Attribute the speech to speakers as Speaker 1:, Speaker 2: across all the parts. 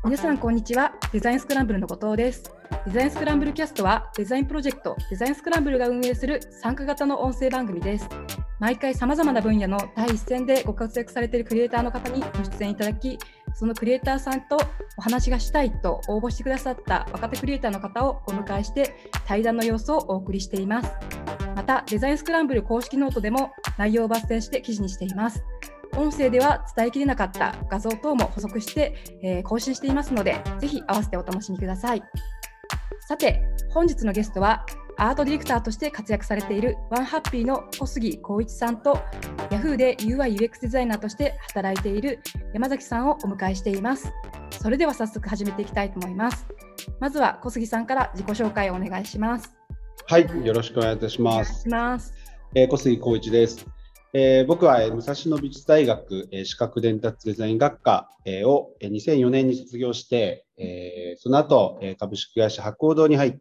Speaker 1: 皆さんこんにちは。デザインスクランブルの後藤です。デザインスクランブルキャストはデザインプロジェクトデザインスクランブルが運営する参加型の音声番組です。毎回さまざまな分野の第一線でご活躍されているクリエイターの方にご出演いただき、そのクリエイターさんとお話がしたいと応募してくださった若手クリエイターの方をお迎えして対談の様子をお送りしています。またデザインスクランブル公式ノートでも内容を抜粋して記事にしています。音声では伝えきれなかった画像等も補足して、更新していますので、ぜひ合わせてお楽しみください。さて、本日のゲストはアートディレクターとして活躍されているワンハッピーの小杉光一さんと Yahoo で UI/UX デザイナーとして働いている山崎さんをお迎えしています。それでは早速始めていきたいと思います。まずは小杉さんから自己紹介をお願いします。
Speaker 2: はい、よろしくお願いいたします。小杉光一です。僕は武蔵野美術大学視覚伝達デザイン学科を2004年に卒業して、その後株式会社博報堂に入って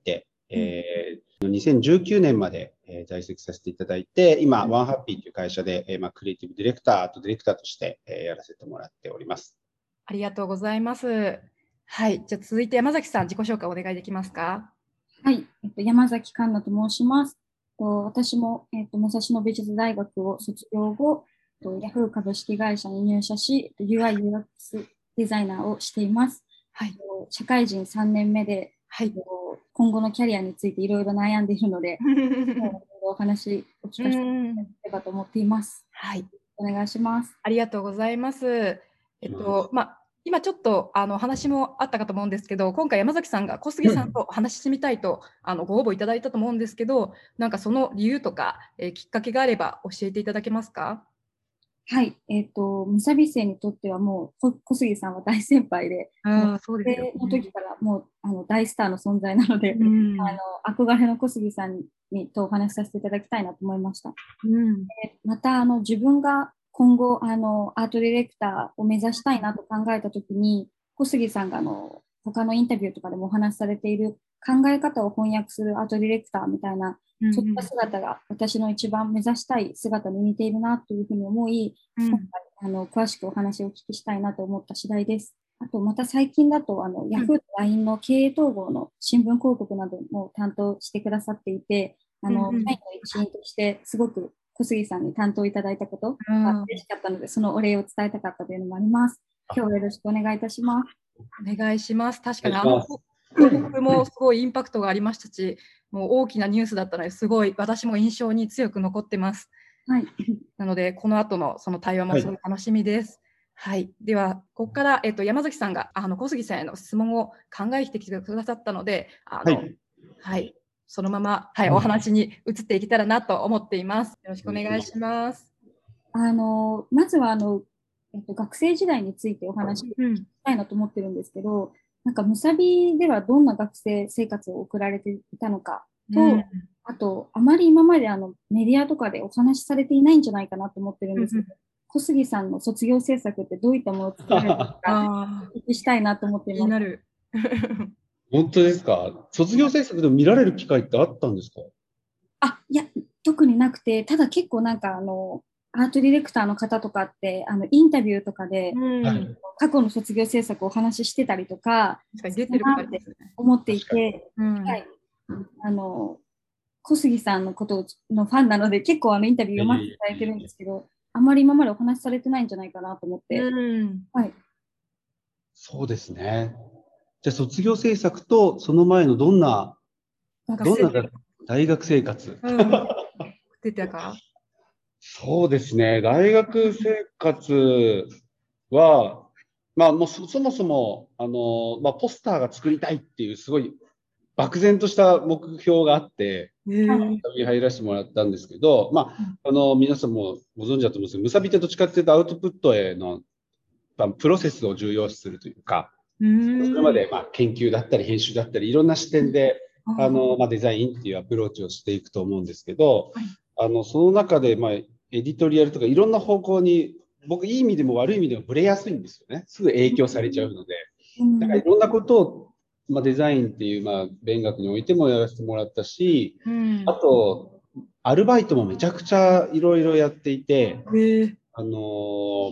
Speaker 2: 、2019年まで在籍させていただいて、今ワンハッピーという会社でクリエイティブディレクター、アートディレクターとしてやらせてもらっております。
Speaker 1: ありがとうございます。はい、じゃあ続いて山崎さん、自己紹介お願いできますか？
Speaker 3: はい、山崎環奈と申します。私も、武蔵野美術大学を卒業後、Yahoo 株式会社に入社し、UI/UX デザイナーをしています。はい、社会人3年目で、はい、今後のキャリアについていろいろ悩んでいるので、お話を聞かせていただければと思っています。はい、お願いします。
Speaker 1: ありがとうございます。今ちょっとお話もあったかと思うんですけど、今回山崎さんが小杉さんとお話ししてみたいとご応募いただいたと思うんですけど、なんかその理由とか、きっかけがあれば教えていただけますか？
Speaker 3: はい、むさび生にとってはもう小杉さんは大先輩で、
Speaker 1: そうですよね、
Speaker 3: の時からもう大スターの存在なので、憧れの小杉さんとお話しさせていただきたいなと思いました。また自分が今後アートディレクターを目指したいなと考えたときに、小杉さんが他のインタビューとかでもお話しされている考え方を翻訳するアートディレクターみたいな、そういった姿が私の一番目指したい姿に似ているなというふうに思い、今回詳しくお話をお聞きしたいなと思った次第です。あとまた最近だとYahoo と LINE の経営統合の新聞広告なども担当してくださっていて、社員の一員としてすごく小杉さんに担当いただいたことが嬉しかったので、そのお礼を伝えたかったというのもあります。今日はよろしくお願いいたします。
Speaker 1: お願いします。確かに広告もすごいインパクトがありましたし、もう大きなニュースだったので、すごい私も印象に強く残ってます。はい。なので、この後のその対話もすごい楽しみです。はい。では、ここから、山崎さんが小杉さんへの質問を考えてきてくださったので、はい。そのまま、お話に移っていけたらなと思っています。よろしくお願いします。
Speaker 3: まずは学生時代についてお話ししたいなと思ってるんですけど、なんかむさびではどんな学生生活を送られていたのかと、あとあまり今までメディアとかでお話しされていないんじゃないかなと思ってるんですけど、小杉さんの卒業制作ってどういったものを作られたのかお聞きしたいなと思っています。
Speaker 1: 気になる。
Speaker 2: 本当ですか？卒業制作で見られる機会ってあったんですか？
Speaker 3: いや、特になくて、ただ結構なんかアートディレクターの方とかってインタビューとかで、過去の卒業制作をお話ししてたりとか
Speaker 1: 出てるかって
Speaker 3: 思っていて、はい、小杉さんのことのファンなので結構インタビュー読ませていただいてるんですけど、あまり今までお話しされてないんじゃないかなと思って、はい、
Speaker 2: そうですね。じゃあ卒業制作とその前のどんな大学生活
Speaker 1: 出てたか？
Speaker 2: そうですね。大学生活は、もうそもそも、ポスターが作りたいっていう、すごい漠然とした目標があって、入らせてもらったんですけど、皆さんもご存知だと思うんですけど、むさびってどっちかっていうと、アウトプットへのプロセスを重要視するというか、それまで研究だったり、編集だったり、いろんな視点で、デザインっていうアプローチをしていくと思うんですけど、その中で、エディトリアルとかいろんな方向に、僕、いい意味でも悪い意味でもぶれやすいんですよね。すぐ影響されちゃうので。だからいろんなことを、デザインっていう、勉学においてもやらせてもらったし、あと、アルバイトもめちゃくちゃいろいろやっていて、本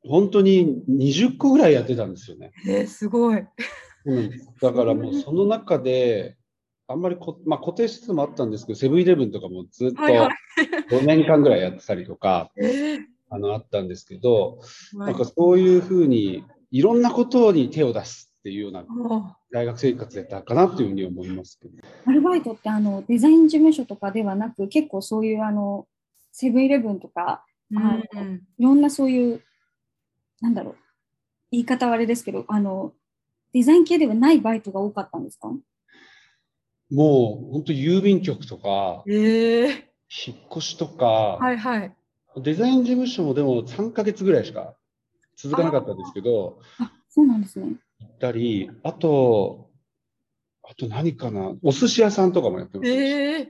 Speaker 2: 本当に20個ぐらいやってたんですよね。
Speaker 1: すごい。
Speaker 2: だからもうその中で、あんまり固定してもあったんですけど、セブンイレブンとかもずっと5年間ぐらいやってたりとか、あったんですけど、なんかそういうふうにいろんなことに手を出すっていうような大学生活だったかなというふうに思いますけど。
Speaker 3: アルバイトってデザイン事務所とかではなく、結構そういうセブンイレブンとか、いろんなそういう、なんだろう、言い方はあれですけど、デザイン系ではないバイトが多かったんですか？
Speaker 2: もう本当郵便局とか、引っ越しとか、デザイン事務所もでも3ヶ月ぐらいしか続かなかったんですけど、
Speaker 3: そうなんですね。
Speaker 2: 行ったり、あと何かな、お寿司屋さんとかもやってました。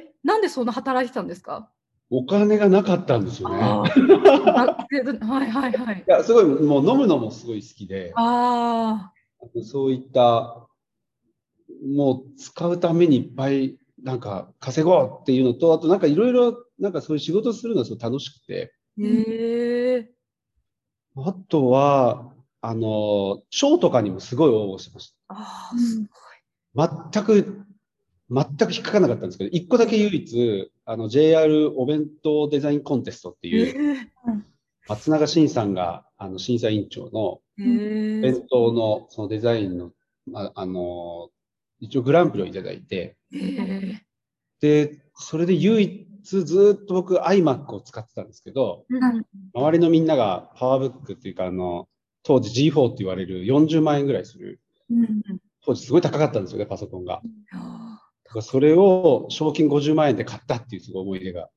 Speaker 1: なんでそんな働いてたんですか？
Speaker 2: お金がなかったんですよね。いや、すごい、もう飲むのもすごい好きで、そういったもう使うためにいっぱいなんか稼ごうっていうのと、あとなんかいろいろなんかそういう仕事するのがすごい楽しくて、あとは賞とかにもすごい応募してました。全く引っかからなかったんですけど、1個だけ唯一JR お弁当デザインコンテストっていう、松永慎さんが審査委員長の弁当のそのデザインの一応グランプリをいただいて、でそれで唯一ずっと僕 iMac を使ってたんですけど、周りのみんながパワーブックっていうか当時 G4 って言われる40万円ぐらいする、当時すごい高かったんですよね、パソコンが。それを賞金50万円で買ったっていうすごい思い出があ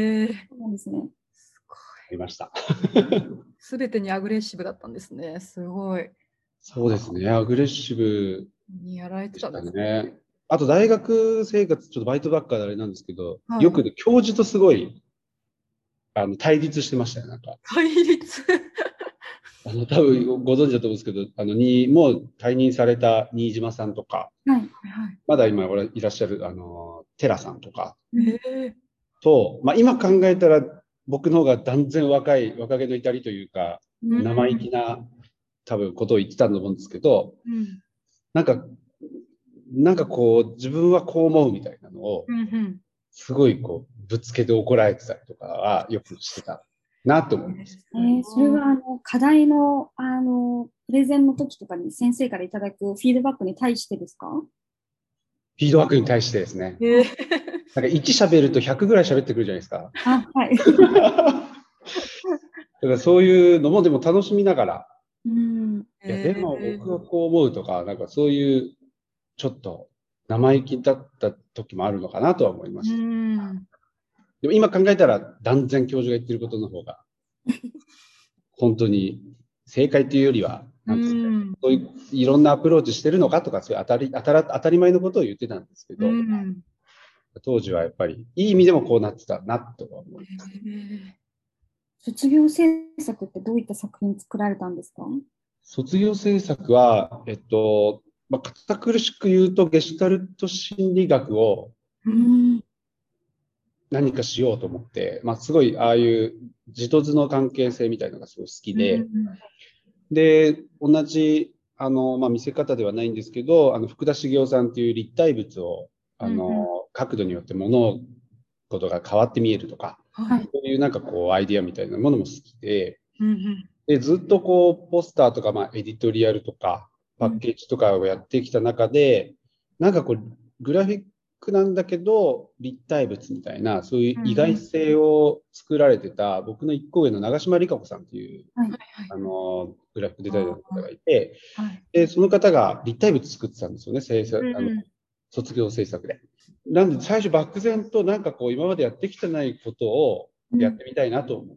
Speaker 2: りました。
Speaker 1: すべてにアグレッシブだったんですね。すごい。
Speaker 2: そうですね、アグレッシブ
Speaker 1: にやられてたんです
Speaker 2: ね。あと大学生活、ちょっとバイトばっかであれなんですけど、よく教授とすごい対立してましたよ、なんか。
Speaker 1: 対立
Speaker 2: 多分ご存知だと思うんですけど、もう退任された新島さんとか、まだ今いらっしゃる寺さんとかと、今考えたら僕の方が断然若気の至りというか、生意気な多分ことを言ってたと思うんですけど、なんかこう自分はこう思うみたいなのをすごいこうぶつけて怒られてたりとかはよくしてたなと思います。
Speaker 3: それは課題のプレゼンの時とかに先生からいただくフィードバックに対してですか？
Speaker 2: フィードバックに対してですね。なんか1喋ると100ぐらい喋ってくるじゃないですか。だからそういうのもでも楽しみながら、いやでも僕はこう思うとか、なんかそういうちょっと生意気だった時もあるのかなとは思いました。でも今考えたら断然教授が言ってることの方が本当に正解というよりはそういういろんなアプローチしてるのかとか、そういう当たり前のことを言ってたんですけど、当時はやっぱりいい意味でもこうなってたなとは思います。
Speaker 3: 卒業制作ってどういった作品作られたんですか？
Speaker 2: 卒業制作は堅苦しく言うとゲシュタルト心理学を何かしようと思って、すごいああいう地と図の関係性みたいなのがすごい好きで、で同じ見せ方ではないんですけど、福田茂雄さんっていう立体物を角度によって物事が変わって見えるとか、そういうなんかこうアイディアみたいなものも好きで、でずっとこうポスターとかエディトリアルとかパッケージとかをやってきた中で、なんかこうグラフィックなんだけど立体物みたいな、そういう意外性を作られてた僕の一個上の長島理香子さんっていうグラフィックデザイナーの方がいて、でその方が立体物作ってたんですよね、卒業制作で。なんで最初漠然となんかこう今までやってきてないことをやってみたいなと思って、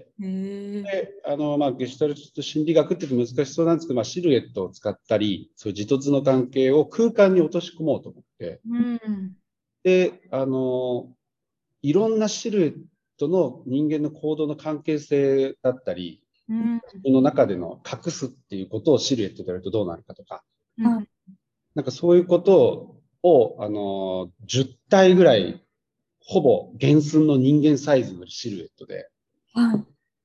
Speaker 2: でゲシュタルト心理学って言うと難しそうなんですけど、シルエットを使ったりそういう地と図の関係を空間に落とし込もうと思って、でいろんなシルエットの人間の行動の関係性だったり、その中での隠すっていうことをシルエットでやるとどうなるかとか、なんかそういうことを10体ぐらいほぼ原寸の人間サイズのシルエットで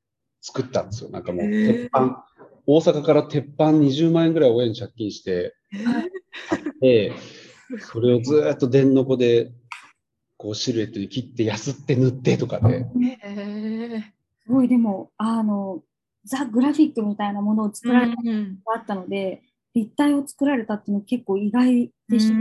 Speaker 2: 作ったんですよ。なんかもう鉄板、大阪から鉄板20万円ぐらい親に借金して買って、それをずっと電の子でこうシルエットに切ってやすって塗ってとかで。
Speaker 3: すごい、でもザ・グラフィックみたいなものを作られたのがあったので、立体を作られたっていうの結構意外でした。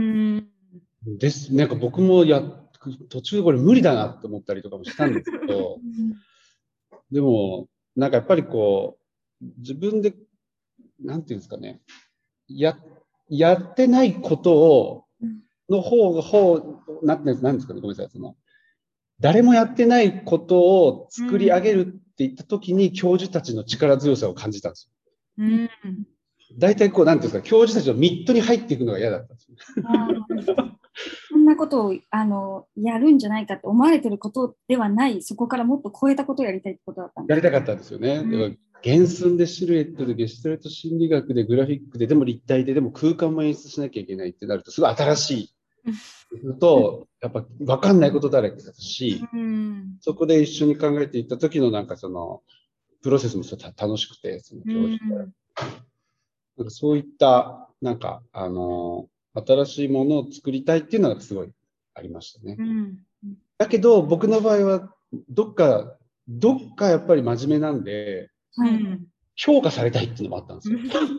Speaker 2: です。なんか僕も途中これ無理だなって思ったりとかもしたんですけど、でもなんかやっぱりこう自分でなんていうんですかね、やってないことをのなんですかね、ごめんなさい、誰もやってないことを作り上げるっていったときに教授たちの力強さを感じたんですよ。大体こうなんていうんですか、教授たちのミットに入っていくのが嫌だったんですよ。
Speaker 3: そんなことをやるんじゃないかって思われてることではない、そこからもっと超えたことをやりたいってことだったんです。
Speaker 2: やりたかったんですよね。原寸でシルエットでゲストレート心理学でグラフィックででも立体ででも空間も演出しなきゃいけないってなるとすごい新しい。とやっぱ分かんないことだらけだし、そこで一緒に考えていった時のなんかプロセスも楽しくて、その教授なんかそういったなんか新しいものを作りたいっていうのがすごいありましたね。だけど僕の場合はどっかやっぱり真面目なんで、評価されたいっていうのもあったんです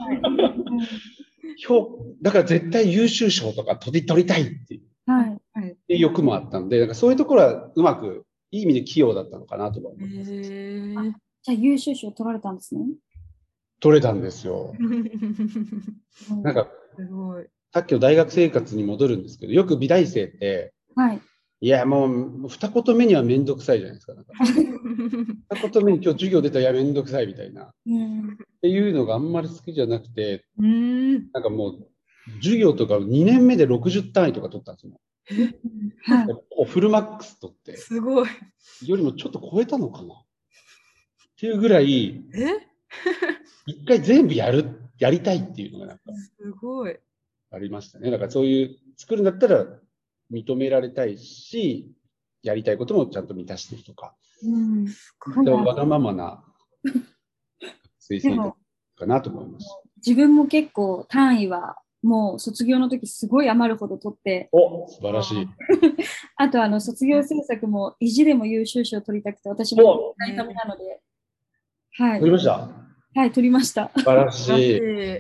Speaker 2: よ。だから絶対優秀賞とか取りたいっていう。っていう欲もあったんで、なんかそういうところはうまくいい意味で器用だったのかなと思います。
Speaker 3: じゃあ優秀賞取られたんですね。
Speaker 2: 取れたんですよ。なんかさっきの大学生活に戻るんですけど、よく美大生って、いやもう二言目にはめんどくさいじゃないですか。二言目に今日授業出たらいやめんどくさいみたいな、っていうのがあんまり好きじゃなくて、なんかもう授業とか2年目で60単位とか取ったんですよ。フルマックス取って
Speaker 1: すごい
Speaker 2: よりもちょっと超えたのかなっていうぐらい一回全部やりたいっていうのがなんか
Speaker 1: すごい
Speaker 2: ありましたね。だからそういう作るんだったら認められたいし、やりたいこともちゃんと満たしてるとか、わがままな推薦かなと思います。
Speaker 3: 自分も結構単位はもう卒業の時すごい余るほど取って、
Speaker 2: 素晴らしい。
Speaker 3: あと卒業制作も意地でも優秀賞を取りたくて、私も大ためなので、
Speaker 2: 取りました。
Speaker 3: はい、取りました。
Speaker 2: 素晴らしい。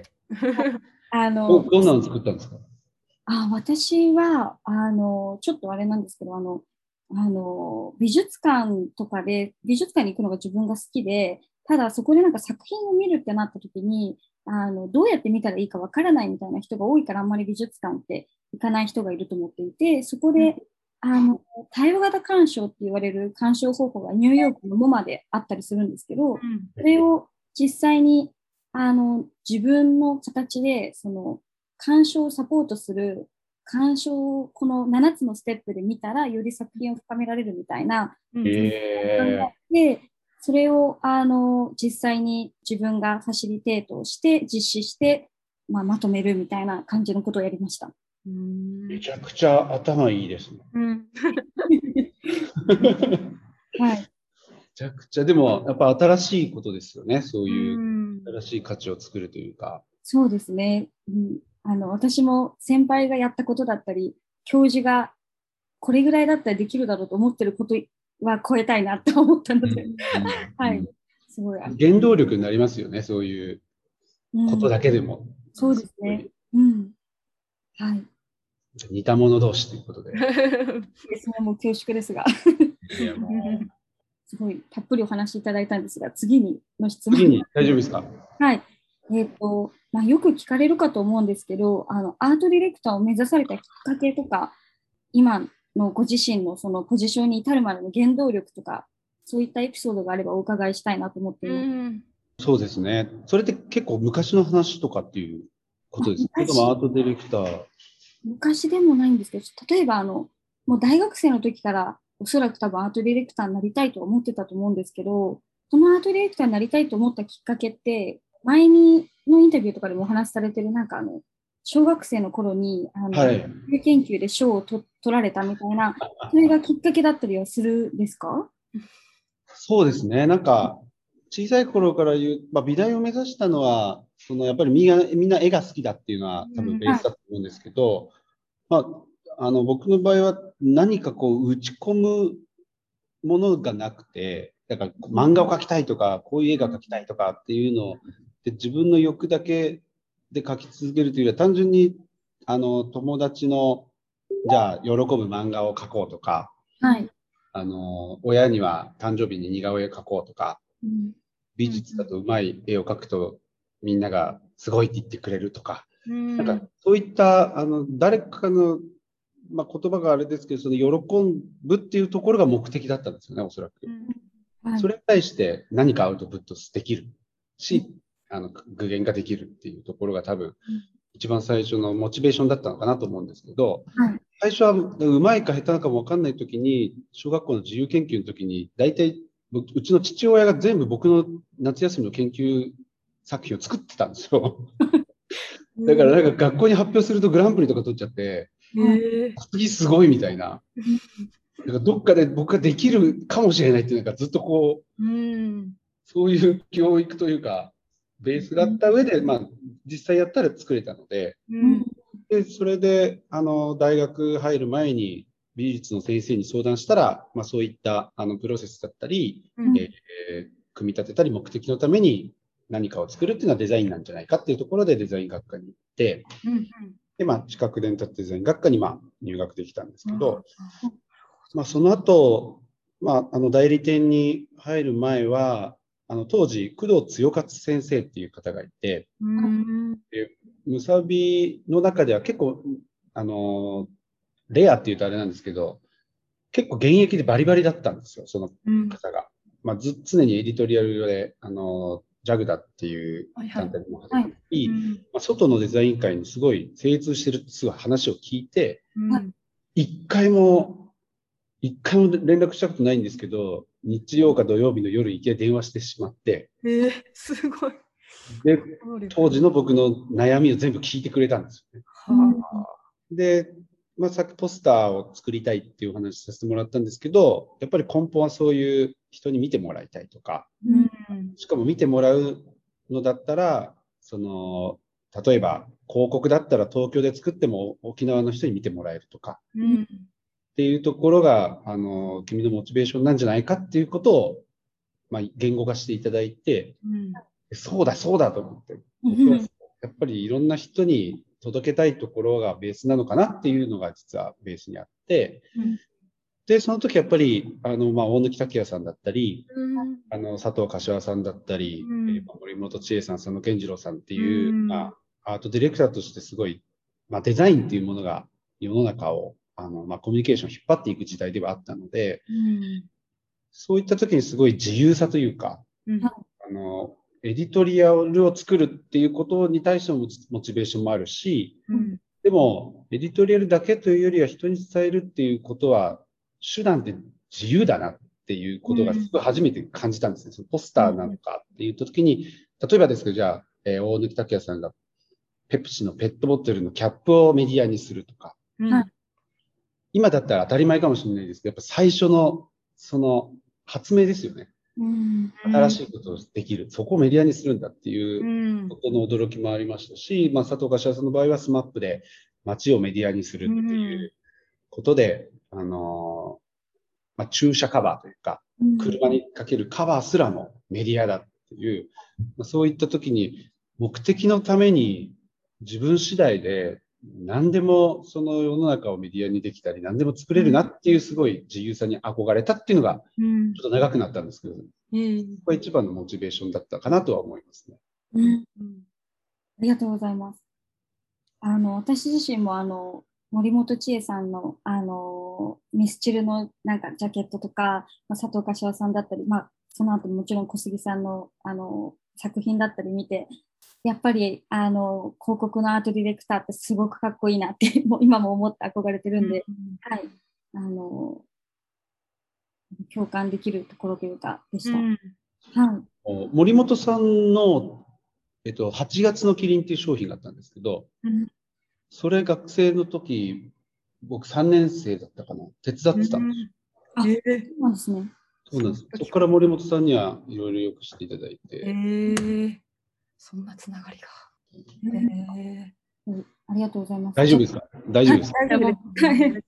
Speaker 2: どんなの作ったんですか？
Speaker 3: 私はちょっとあれなんですけど、美術館とかで美術館に行くのが自分が好きで、ただそこでなんか作品を見るってなった時にどうやって見たらいいかわからないみたいな人が多いから、あんまり美術館って行かない人がいると思っていて、そこで対話型鑑賞って言われる鑑賞方法がニューヨークのMoMAであったりするんですけど、それを実際に自分の形で鑑賞をサポートする鑑賞をこの7つのステップで見たらより作品を深められるみたいな、でそれを実際に自分がファシリテートをして実施して、まとめるみたいな感じのことをやりました。
Speaker 2: めちゃくちゃ頭いいですね。めちゃくちゃ、でもやっぱ新しいことですよね。そういう新しい価値を作るというか。
Speaker 3: そうですね。私も先輩がやったことだったり、教授がこれぐらいだったらできるだろうと思ってることは超えたいなと思ったので、すごい
Speaker 2: 原動力になりますよね、そういうことだけでも。
Speaker 3: そうですね。
Speaker 2: 似た者同士ということで。
Speaker 3: ですね、もう恐縮ですが。すごいたっぷりお話しいただいたんですが、次の質問。
Speaker 2: 大丈夫ですか？
Speaker 3: はい。よく聞かれるかと思うんですけど、アートディレクターを目指されたきっかけとか、今のご自身のそのポジションに至るまでの原動力とか、そういったエピソードがあればお伺いしたいなと思っています。
Speaker 2: そうですね。それって結構昔の話とかっていうことですか？それともアートディレクター。
Speaker 3: 昔でもないんですけど、例えばもう大学生の時からおそらく多分アートディレクターになりたいと思ってたと思うんですけど、そのアートディレクターになりたいと思ったきっかけって、前のインタビューとかでもお話しされてる、なんか小学生の頃に研究で賞を取られたみたいな、それがきっかけだったりはするんですか？
Speaker 2: そうですね。なんか小さい頃から言う、美大を目指したのは、やっぱりみんな絵が好きだっていうのは多分ベースだと思うんですけど、僕の場合は何かこう打ち込むものがなくて、だから漫画を描きたいとか、こういう絵が描きたいとかっていうので、自分の欲だけで描き続けるというよりは、単純に友達のじゃあ喜ぶ漫画を描こうとか、
Speaker 3: はい、
Speaker 2: 親には誕生日に似顔絵描こうとか、美術だとうまい絵を描くとみんながすごいって言ってくれるとか、なんかそういった誰かの、言葉があれですけど、その喜ぶっていうところが目的だったんですよね、おそらく。それに対して何かアウトプットできるし、具現化できるっていうところが多分、一番最初のモチベーションだったのかなと思うんですけど、最初はうまいか下手なかも分かんないときに、小学校の自由研究のときに、大体うちの父親が全部僕の夏休みの研究作品を作ってたんですよ。だからなんか学校に発表するとグランプリとか取っちゃって、次すごいみたいな。なんかどっかで僕ができるかもしれないっていうのがずっとこう、そういう教育というか、ベースがあった上で、実際やったら作れたので、でそれで大学入る前に美術の先生に相談したら、そういったプロセスだったり、組み立てたり目的のために何かを作るっていうのはデザインなんじゃないかっていうところでデザイン学科に行って、で地殻伝達デザイン学科に入学できたんですけど、その後、代理店に入る前は当時工藤強勝先生っていう方がいて、むさびの中では結構レアっていうとあれなんですけど、結構現役でバリバリだったんですよ、その方が。常にエディトリアルでジャグダっていう団体も働いて、外のデザイン界にすごい精通してるってすごい話を聞いて、一回も連絡したことないんですけど、日曜か土曜日の夜いきなり電話してしまって、
Speaker 1: すごい。
Speaker 2: で、当時の僕の悩みを全部聞いてくれたんですよね。で、さっきポスターを作りたいっていうお話させてもらったんですけど、やっぱり根本はそういう人に見てもらいたいとか、しかも見てもらうのだったら、例えば広告だったら東京で作っても沖縄の人に見てもらえるとか、っていうところが君のモチベーションなんじゃないかっていうことを、言語化していただいて、そうだと思って、やっぱりいろんな人に届けたいところがベースなのかなっていうのが実はベースにあって、でその時やっぱり大貫拓也さんだったり、佐藤柏さんだったり、森本千恵さん、佐野健次郎さんっていう、アートディレクターとしてすごい、デザインっていうものが世の中をコミュニケーションを引っ張っていく時代ではあったので、そういった時にすごい自由さというか、エディトリアルを作るっていうことに対してのモチベーションもあるし、でもエディトリアルだけというよりは人に伝えるっていうことは手段って自由だなっていうことがすごい初めて感じたんですね。そのポスターなのかっていう時に、例えばですけど、じゃあ、大貫拓也さんがペプシのペットボトルのキャップをメディアにするとか、今だったら当たり前かもしれないですけど、やっぱ最初のその発明ですよね。新しいことをできる、そこをメディアにするんだっていうことの驚きもありましたし、佐藤柏さんの場合はスマップで街をメディアにするっていうことで、駐車カバーというか、車にかけるカバーすらもメディアだっていう、そういった時に目的のために自分次第で何でもその世の中をメディアにできたり、何でも作れるなっていうすごい自由さに憧れたっていうのが、ちょっと長くなったんですけど、これが一番のモチベーションだったかなとは思いますね。
Speaker 3: ありがとうございます。私自身も森本千恵さんのミスチルのなんかジャケットとか、佐藤柏さんだったり、その後もちろん小杉さんの作品だったり見て、やっぱり広告のアートディレクターってすごくかっこいいなって今も思って憧れてるんで、はい、共感できるところというかでした。はい、
Speaker 2: 森本さんの、8月のキリンっていう商品があったんですけど、それ学生の時僕3年生だったかな、手伝ってたんですよ。
Speaker 3: そうなんですね。
Speaker 2: そうなんです。そこから森本さんにはいろいろよくしていただいて。
Speaker 1: そんなつながりが。
Speaker 3: ありがとうございます。
Speaker 2: 大丈夫ですか？大丈夫ですか？
Speaker 1: 大丈夫です。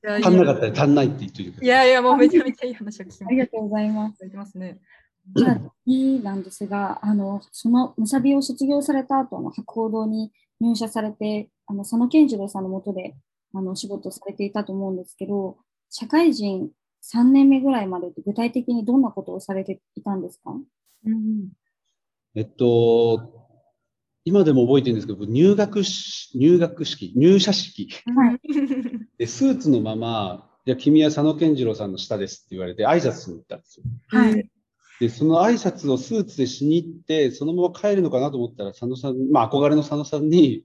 Speaker 2: 足んなかったら足んないって言っておいてください。
Speaker 1: いやいや、もうめちゃめちゃいい話を聞きました。
Speaker 3: ありがとうございます。
Speaker 1: いただきますね。
Speaker 3: じゃあ次なんですが、そのむさびを卒業された後、博報堂に入社されて、佐野健次郎さんの下でお仕事されていたと思うんですけど、社会人3年目ぐらいまで具体的にどんなことをされていたんですか？
Speaker 2: 今でも覚えてるんですけど、入社式で、スーツのまま、いや、君は佐野健次郎さんの下ですって言われて、挨拶に行ったんですよ。で、その挨拶をスーツでしに行って、そのまま帰るのかなと思ったら、佐野さん、まあ、憧れの佐野さんに、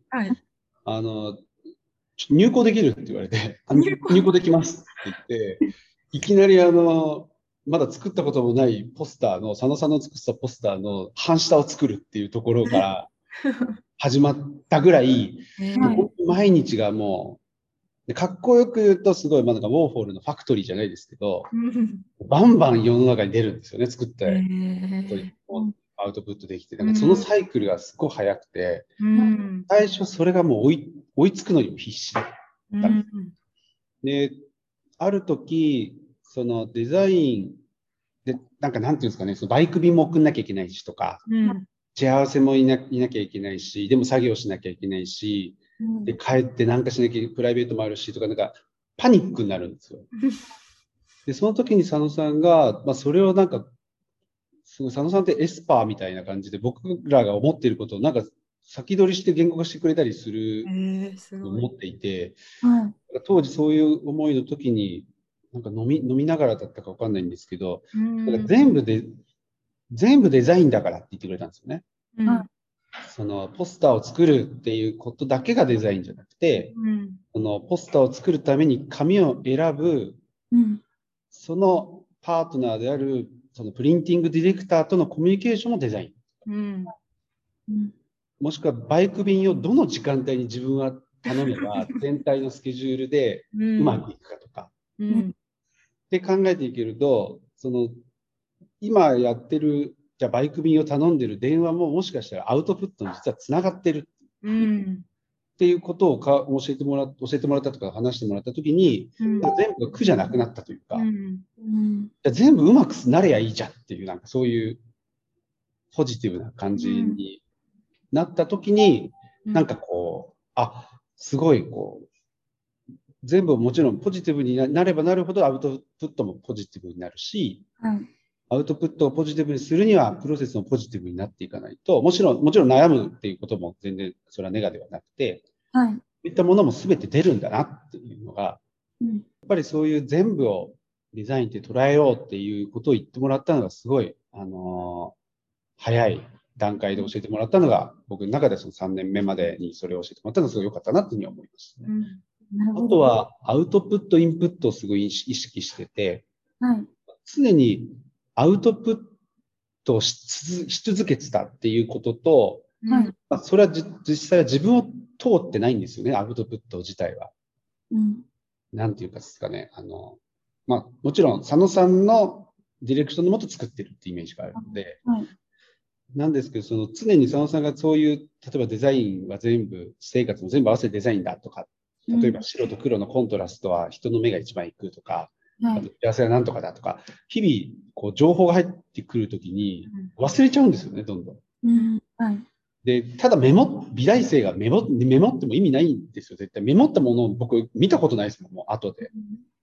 Speaker 2: 入校できるって言われて、入校できますって言って、いきなりまだ作ったこともないポスターの、佐野さんの作ったポスターの半下を作るっていうところから始まったぐらい、毎日がもう、かっこよく言うと、すごい、まあ、なんかウォーホルのファクトリーじゃないですけど、バンバン世の中に出るんですよね、作って。アウトプットできて、なんかそのサイクルがすごい早くて、最初それがもう追いつくのにも必死だったんです。で、ある時、そのデザインで、なんていうんですかね、そのバイク便も送んなきゃいけないしとか、幸せもいなきゃいけないし、でも作業しなきゃいけないし、で、帰ってなんかしなきゃプライベートもあるしとか、なんかパニックになるんですよ。で、その時に佐野さんが、まあ、それをなんか、佐野さんってエスパーみたいな感じで、僕らが思っていることをなんか先取りして言語化してくれたりすると思っていて、当時そういう思いの時に、なんか飲みながらだったかわかんないんですけど、なんか全部デザインだからって言ってくれたんですよね。そのポスターを作るっていうことだけがデザインじゃなくて、そのポスターを作るために紙を選ぶ、そのパートナーであるそのプリンティングディレクターとのコミュニケーションもデザイン。もしくはバイク便をどの時間帯に自分は頼めば全体のスケジュールでうまくいくかとか。って考えていけると、その今やってるじゃあバイク便を頼んでる電話ももしかしたらアウトプットに実はつながってるっていうことを教えてもらったとか話してもらったときに、全部が苦じゃなくなったというか、全部うまくなれやいいじゃんっていう、なんかそういうポジティブな感じになったときに、なんかこう、すごいこう、全部もちろんポジティブになればなるほどアウトプットもポジティブになるし、アウトプットをポジティブにするにはプロセスもポジティブになっていかないと、もちろん悩むっていうことも全然それはネガではなくて、そういったものも全て出るんだなっていうのが、やっぱりそういう全部をデザインって捉えようっていうことを言ってもらったのがすごい、早い段階で教えてもらったのが、僕の中でその3年目までにそれを教えてもらったのがすごい良かったなっていうふうに思いますね。あとはアウトプット、インプットをすごい意識してて、常にアウトプットをし続けてたっていうことと、それは実際は自分を通ってないんですよね、アウトプット自体は。なんていうかですかね、もちろん佐野さんのディレクションのもと作ってるってイメージがあるので、なんですけど、その常に佐野さんがそういう、例えばデザインは全部、生活も全部合わせてデザインだとか、例えば白と黒のコントラストは人の目が一番いくとか、幸せはなんとかだとか、日々こう情報が入ってくるときに忘れちゃうんですよね、どんどん。で、ただ美大生がメモっても意味ないんですよ、絶対。メモったものを僕見たことないですもん、もう後で。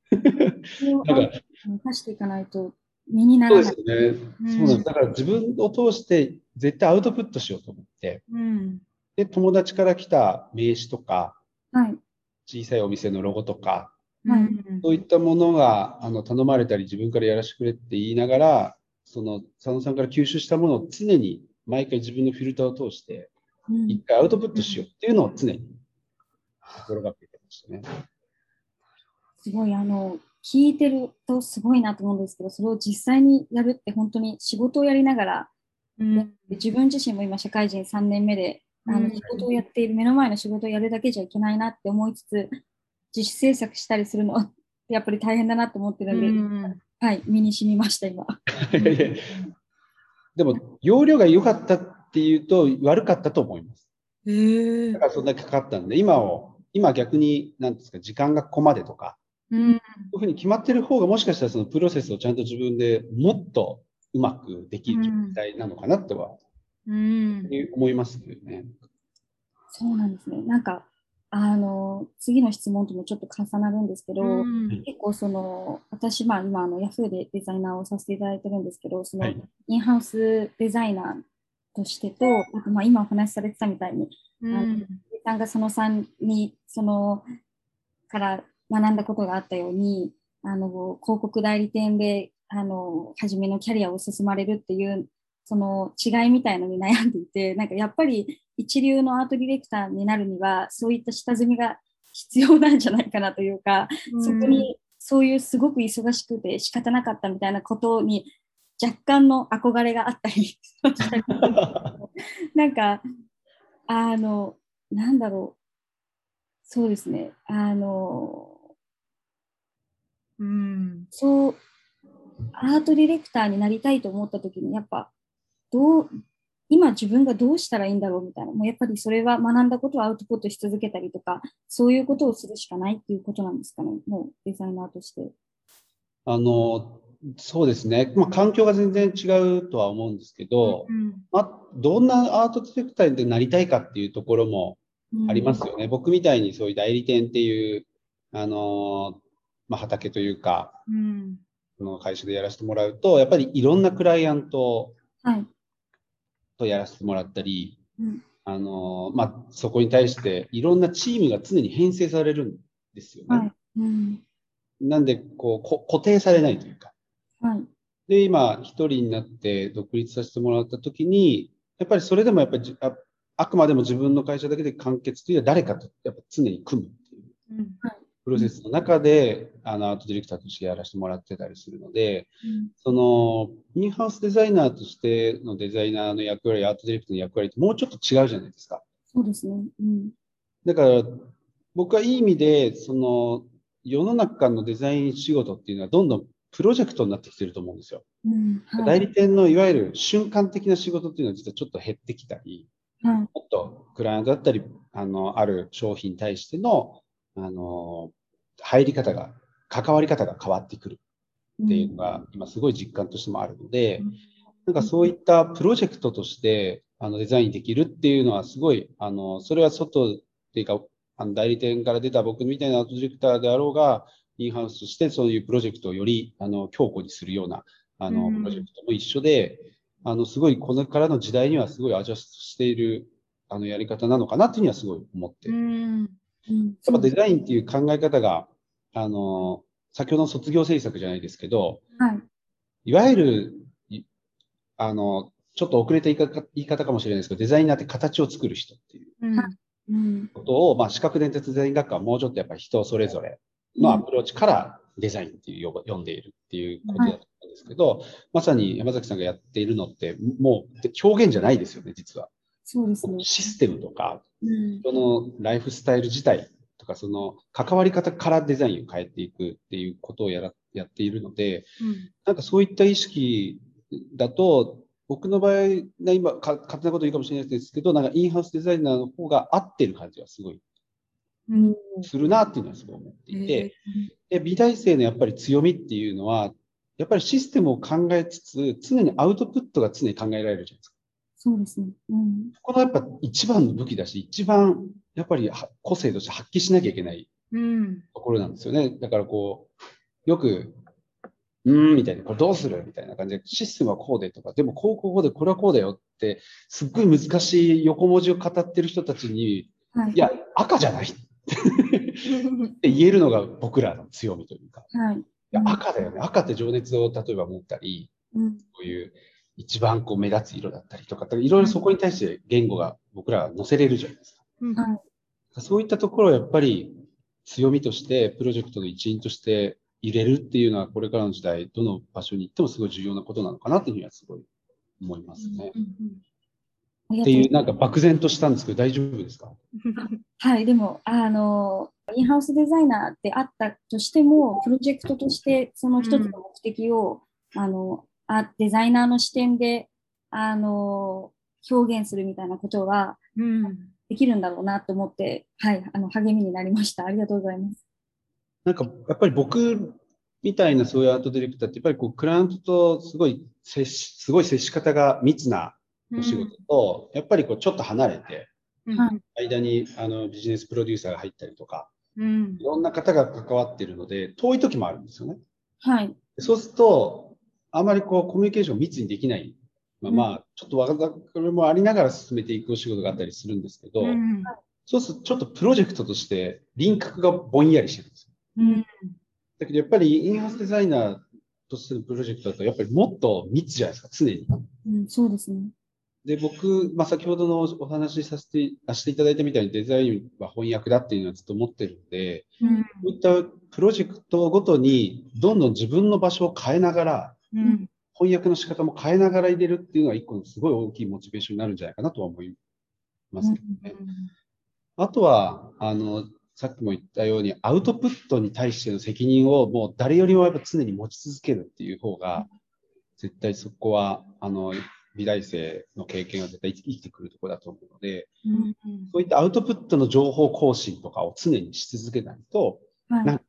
Speaker 3: 出していかないと身にならない。
Speaker 2: そうですよね。そうなんです。だから自分を通して絶対アウトプットしようと思って、で、友達から来た名刺とか、小さいお店のロゴとか、そういったものが頼まれたり自分からやらせてくれって言いながら、その佐野さんから吸収したものを常に毎回自分のフィルターを通して一回アウトプットしようっていうのを常に心がけてましたね。
Speaker 3: すごい聞いてるとすごいなと思うんですけど、それを実際にやるって本当に仕事をやりながら、自分自身も今社会人3年目で仕事をやっている、目の前の仕事をやるだけじゃいけないなって思いつつ、自主制作したりするのはやっぱり大変だなと思ってるんで、 はい、身に染みました、今。
Speaker 2: でも、容量が良かったっていうと、悪かったと思います。だからそんだけかかったんで、今逆に、なんですか、時間がここまでとか、そういうふうに決まってる方が、もしかしたらそのプロセスをちゃんと自分でもっとうまくできる状態なのかなとは、思いますけどね。
Speaker 3: そうなんですね。なんか、次の質問ともちょっと重なるんですけど、結構私、今、ヤフーでデザイナーをさせていただいてるんですけど、
Speaker 2: はい、
Speaker 3: インハウスデザイナーとしてと、あと今お話しされてたみたいに、さんがその3に、から学んだことがあったように、広告代理店で、初めのキャリアを進まれるっていう、その違いみたいのに悩んでいて、なんかやっぱり一流のアートディレクターになるには、そういった下積みが必要なんじゃないかなというか、そこにそういうすごく忙しくて仕方なかったみたいなことに若干の憧れがあったりしたりなんか、なんだろう、そうですね、そう、アートディレクターになりたいと思った時に、やっぱ、今自分がどうしたらいいんだろうみたいな、もうやっぱりそれは学んだことをアウトプットし続けたりとか、そういうことをするしかないっていうことなんですかね、もうデザイナーとして。
Speaker 2: そうですね、環境が全然違うとは思うんですけど、どんなアートディレクターになりたいかっていうところもありますよね。僕みたいにそういう代理店っていう、畑というか、その会社でやらせてもらうと、やっぱりいろんなクライアントとやらせてもらったり、そこに対していろんなチームが常に編成されるんですよね。なんで固定されないというか。で、今、一人になって独立させてもらったときに、やっぱりそれでもやっぱりあくまでも自分の会社だけで完結というのは誰かとやっぱ常に組むっていうプロセスの中で、アートディレクターとしてやらせてもらってたりするので、インハウスデザイナーとしてのデザイナーの役割、アートディレクターの役割ってもうちょっと違うじゃないですか。
Speaker 3: そうですね。
Speaker 2: だから、僕はいい意味で、世の中のデザイン仕事っていうのはどんどんプロジェクトになってきてると思うんですよ。代理店のいわゆる瞬間的な仕事っていうのは実はちょっと減ってきたり、もっとクライアントだったり、ある商品に対しての、入り方が、関わり方が変わってくるっていうのが、今すごい実感としてもあるので、なんかそういったプロジェクトとして、デザインできるっていうのはすごい、それは外っていうか、代理店から出た僕みたいなアートディレクターであろうが、インハウスとしてそういうプロジェクトをより、強固にするような、プロジェクトも一緒で、すごいこれからの時代にはすごいアジャストしている、やり方なのかなっていうにはすごい思ってる。やっぱデザインっていう考え方が、先ほどの卒業制作じゃないですけど、いわゆる、ちょっと遅れた言い方かもしれないですけど、デザイナーって形を作る人っていうことを、視覚伝達デザイン学科はもうちょっとやっぱり人それぞれのアプローチからデザインっていう呼んでいるっていうことだと思うんですけど、まさに山崎さんがやっているのって、もう表現じゃないですよね、実は。
Speaker 3: そうですね。
Speaker 2: システムとか、そのライフスタイル自体とか、その関わり方からデザインを変えていくっていうことをやっているので、なんかそういった意識だと、僕の場合、今、勝手なこと言うかもしれないですけど、なんかインハウスデザイナーの方が合ってる感じはすごいするなっていうのはすごい思っていて、で美大生のやっぱり強みっていうのは、やっぱりシステムを考えつつ、常にアウトプットが常に考えられるじゃないですか。
Speaker 3: そうですね。
Speaker 2: このやっぱ一番の武器だし、一番やっぱり個性として発揮しなきゃいけないところなんですよね。だからよく、みたいな、これどうするみたいな感じで、システムはこうでとか、でもこうで、これはこうだよって、すっごい難しい横文字を語ってる人たちに、いや、赤じゃないって言えるのが僕らの強みというか、いや赤だよね、赤って情熱を例えば持ったり、こういう一番目立つ色だったりとか、いろいろそこに対して言語が僕らは載せれるじゃないですか。そういったところをやっぱり強みとして、プロジェクトの一員として入れるっていうのは、これからの時代、どの場所に行ってもすごい重要なことなのかなっていうふうにはすごい思いますね。 っていう、なんか漠然としたんですけど、大丈夫ですか？
Speaker 3: はい、でも、インハウスデザイナーってあったとしても、プロジェクトとしてその一つの目的を、デザイナーの視点で、表現するみたいなことは、できるんだろうなと思って、はい、励みになりました。ありがとうございます。
Speaker 2: なんか、やっぱり僕みたいなそういうアートディレクターって、やっぱりこう、クライアントとすごい接し方が密なお仕事と、やっぱりこう、ちょっと離れて、間にビジネスプロデューサーが入ったりとか、いろんな方が関わっているので、遠い時もあるんですよね。
Speaker 3: はい。
Speaker 2: そうすると、あまりこうコミュニケーションを密にできない、ちょっとこれもありながら進めていくお仕事があったりするんですけど、そうするとちょっとプロジェクトとして輪郭がぼんやりしてるんですよ。だけどやっぱりインハウスデザイナーとしてのプロジェクトだと、やっぱりもっと密じゃないですか、常に。
Speaker 3: そうですね。
Speaker 2: で、僕、先ほどのお話ししていただいたみたいにデザインは翻訳だっていうのはずっと思ってるんで、こういったプロジェクトごとにどんどん自分の場所を変えながら、翻訳の仕方も変えながら入れるっていうのは一個のすごい大きいモチベーションになるんじゃないかなとは思いますけどね。あとは、さっきも言ったように、アウトプットに対しての責任をもう誰よりもやっぱ常に持ち続けるっていう方が、絶対そこは、美大生の経験は絶対生きてくるところだと思うので、そういったアウトプットの情報更新とかを常にし続けないと、なんか、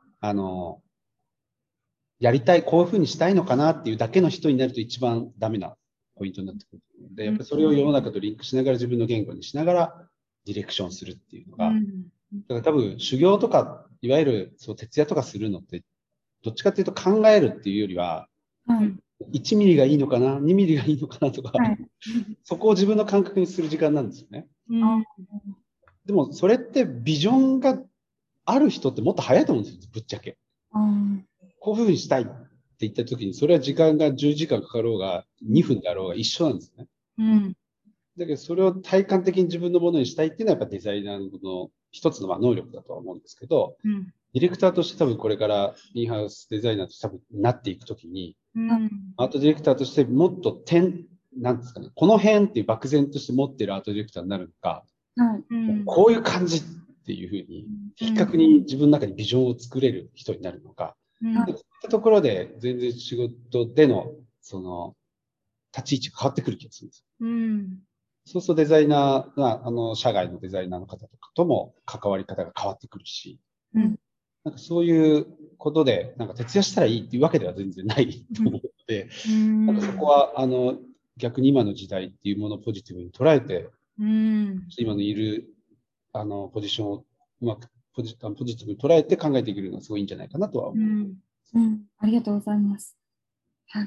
Speaker 2: やりたい、こういうふうにしたいのかなっていうだけの人になると一番ダメなポイントになってくるので、やっぱりそれを世の中とリンクしながら自分の言語にしながらディレクションするっていうのが、だから多分修行とか、いわゆるそう徹夜とかするのって、どっちかっていうと考えるっていうよりは、1ミリがいいのかな、2ミリがいいのかなとか、そこを自分の感覚にする時間なんですよね。でもそれってビジョンがある人ってもっと早いと思うんですよ、ぶっちゃけ。こういうふうにしたいって言った時に、それは時間が10時間かかろうが、2分であろうが一緒なんですね。だけど、それを体感的に自分のものにしたいっていうのは、やっぱデザイナーの一つの能力だとは思うんですけど、ディレクターとして多分これからインハウスデザイナーとして多分なっていくときに、アートディレクターとしてもっとなんですかね、この辺っていう漠然として持っているアートディレクターになるのか、こういう感じっていうふうに、的確に自分の中にビジョンを作れる人になるのか、そういったところで全然仕事でのその立ち位置が変わってくる気がするんですよ。そうするとデザイナーが、社外のデザイナーの方とかとも関わり方が変わってくるし、なんかそういうことで、なんか徹夜したらいいっていうわけでは全然ないと思うので、なんかそこは、逆に今の時代っていうものをポジティブに捉えて、今のいる、ポジションをうまくポジティブに捉えて考えていけるのがすごいいいんじゃないかなとは思う。
Speaker 3: ありがとうございます。はい。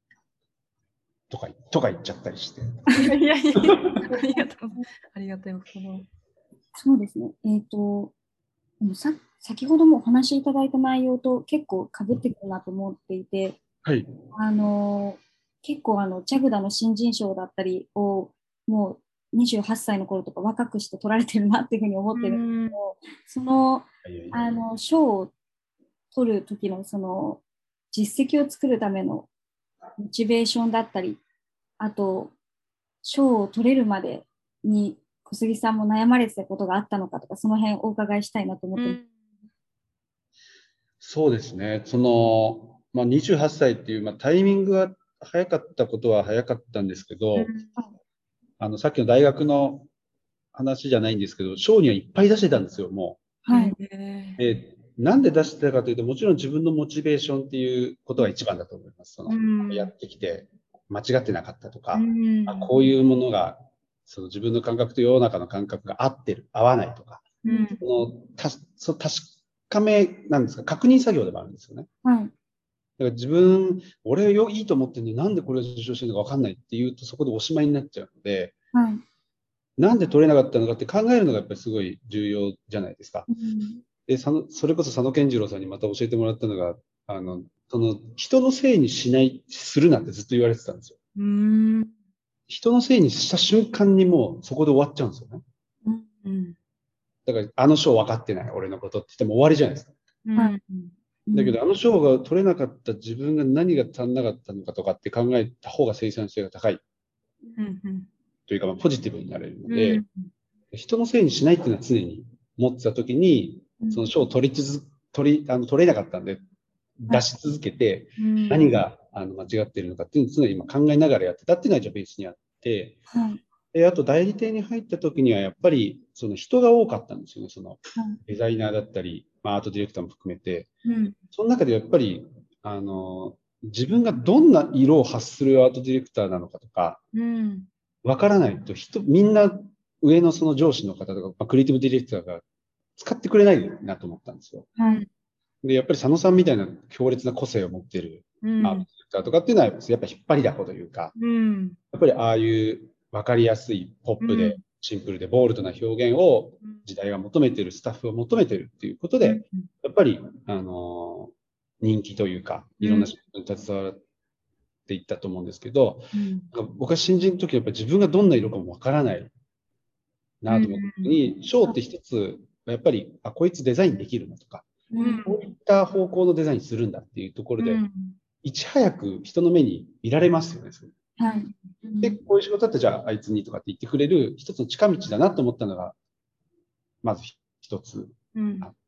Speaker 2: とか言っちゃったりして。
Speaker 1: いやいや、ありがとう。ありがとうございます。
Speaker 3: そうですね。先ほどもお話しいただいた内容と結構かぶってくるなと思っていて、結構チャグダの新人賞だったりをもう28歳の頃とか若くして取られてるなっていうふうに思ってるんですけど、その賞を取る時のその実績を作るためのモチベーションだったり、あと賞を取れるまでに小杉さんも悩まれてたことがあったのかとか、その辺お伺いしたいなと思ってます。
Speaker 2: そうですね。28歳っていう、タイミングが早かったことは早かったんですけど、さっきの大学の話じゃないんですけど、賞にはいっぱい出してたんですよ、も
Speaker 3: う。はい。
Speaker 2: なんで出してたかというと、もちろん自分のモチベーションっていうことが一番だと思います。やってきて間違ってなかったとか、こういうものが自分の感覚と世の中の感覚が合ってる、合わないとか、確かめなんですか、確認作業でもあるんですよね。だから俺いいと思ってるのになんでこれを受賞してるのか分かんないっていうと、そこでおしまいになっちゃうので、なんで取れなかったのかって考えるのがやっぱりすごい重要じゃないですか。で、それこそ佐野健次郎さんにまた教えてもらったのが、人のせいにするなってずっと言われてたんですよ。人のせいにした瞬間にもうそこで終わっちゃうんですよね。だから賞分かってない俺のことって言っても終わりじゃないですか。だけど賞が取れなかった自分が何が足んなかったのかとかって考えた方が生産性が高い。 というか、ポジティブになれるので、人のせいにしないっていうのは常に持ってたときに、その賞を取れなかったんで、出し続けて、何が間違っているのかっていうのを常に今考えながらやってたっていうのはベースにあって、で、あと代理店に入った時にはやっぱりその人が多かったんですよね。そのデザイナーだったり、アートディレクターも含めて、その中でやっぱり自分がどんな色を発するアートディレクターなのかとか、わからないとみんな上のその上司の方とか、クリエイティブディレクターが使ってくれないなと思ったんですよ。で、やっぱり佐野さんみたいな強烈な個性を持ってるアートディレクターとかっていうのは、やっぱ引っ張りだこというか、やっぱりああいう分かりやすいポップで、シンプルでボールドな表現を時代が求めている、スタッフが求めているっていうことで、やっぱり、人気というか、いろんな仕事に携わっていったと思うんですけど、僕は新人の時はやっぱり自分がどんな色かもわからないなと思った時に、ショーって一つ、やっぱり、こいつデザインできるなとか、こういった方向のデザインするんだっていうところで、いち早く人の目に見られますよね。で、こういう仕事だったらじゃああいつにとかって言ってくれる一つの近道だなと思ったのが、まず一つあって、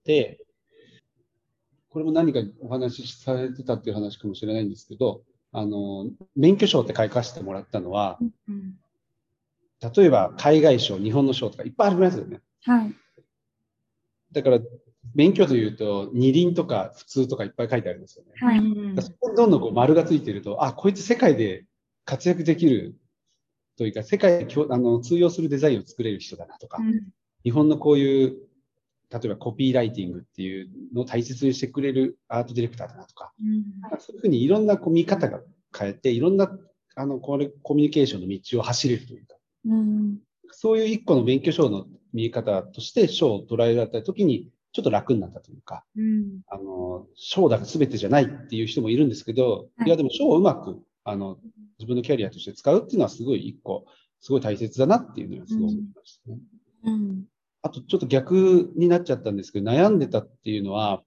Speaker 2: これも何かお話しされてたっていう話かもしれないんですけど、免許証って書かせてもらったのは、例えば海外賞、日本の賞とかいっぱいありますよね。だから、免許というと、二輪とか普通とかいっぱい書いてありますよね。そこにどんどんこう丸がついてると、こいつ世界で活躍できるというか、世界で通用するデザインを作れる人だなとか、日本のこういう、例えばコピーライティングっていうのを大切にしてくれるアートディレクターだなとか、そういうふうにいろんなこう見方が変えて、いろんなコミュニケーションの道を走れるというか、そういう一個の免許証の見え方として賞を捉えられたときに、ちょっと楽になったというか、賞だが全てじゃないっていう人もいるんですけど、いやでも賞をうまく自分のキャリアとして使うっていうのはすごい一個、すごい大切だなっていうのはすごい思いましたね。あとちょっと逆になっちゃったんですけど、悩んでたっていうのは、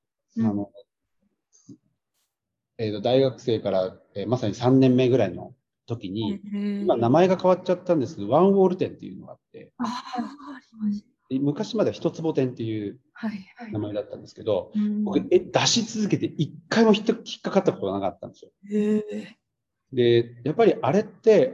Speaker 2: 大学生から、まさに3年目ぐらいの時に、今名前が変わっちゃったんですけど、ワンウォール店っていうのがあって、昔までは一坪店っていう名前だったんですけど、僕、出し続けて一回も引っかかったことがなかったんですよ。で、やっぱりあれって、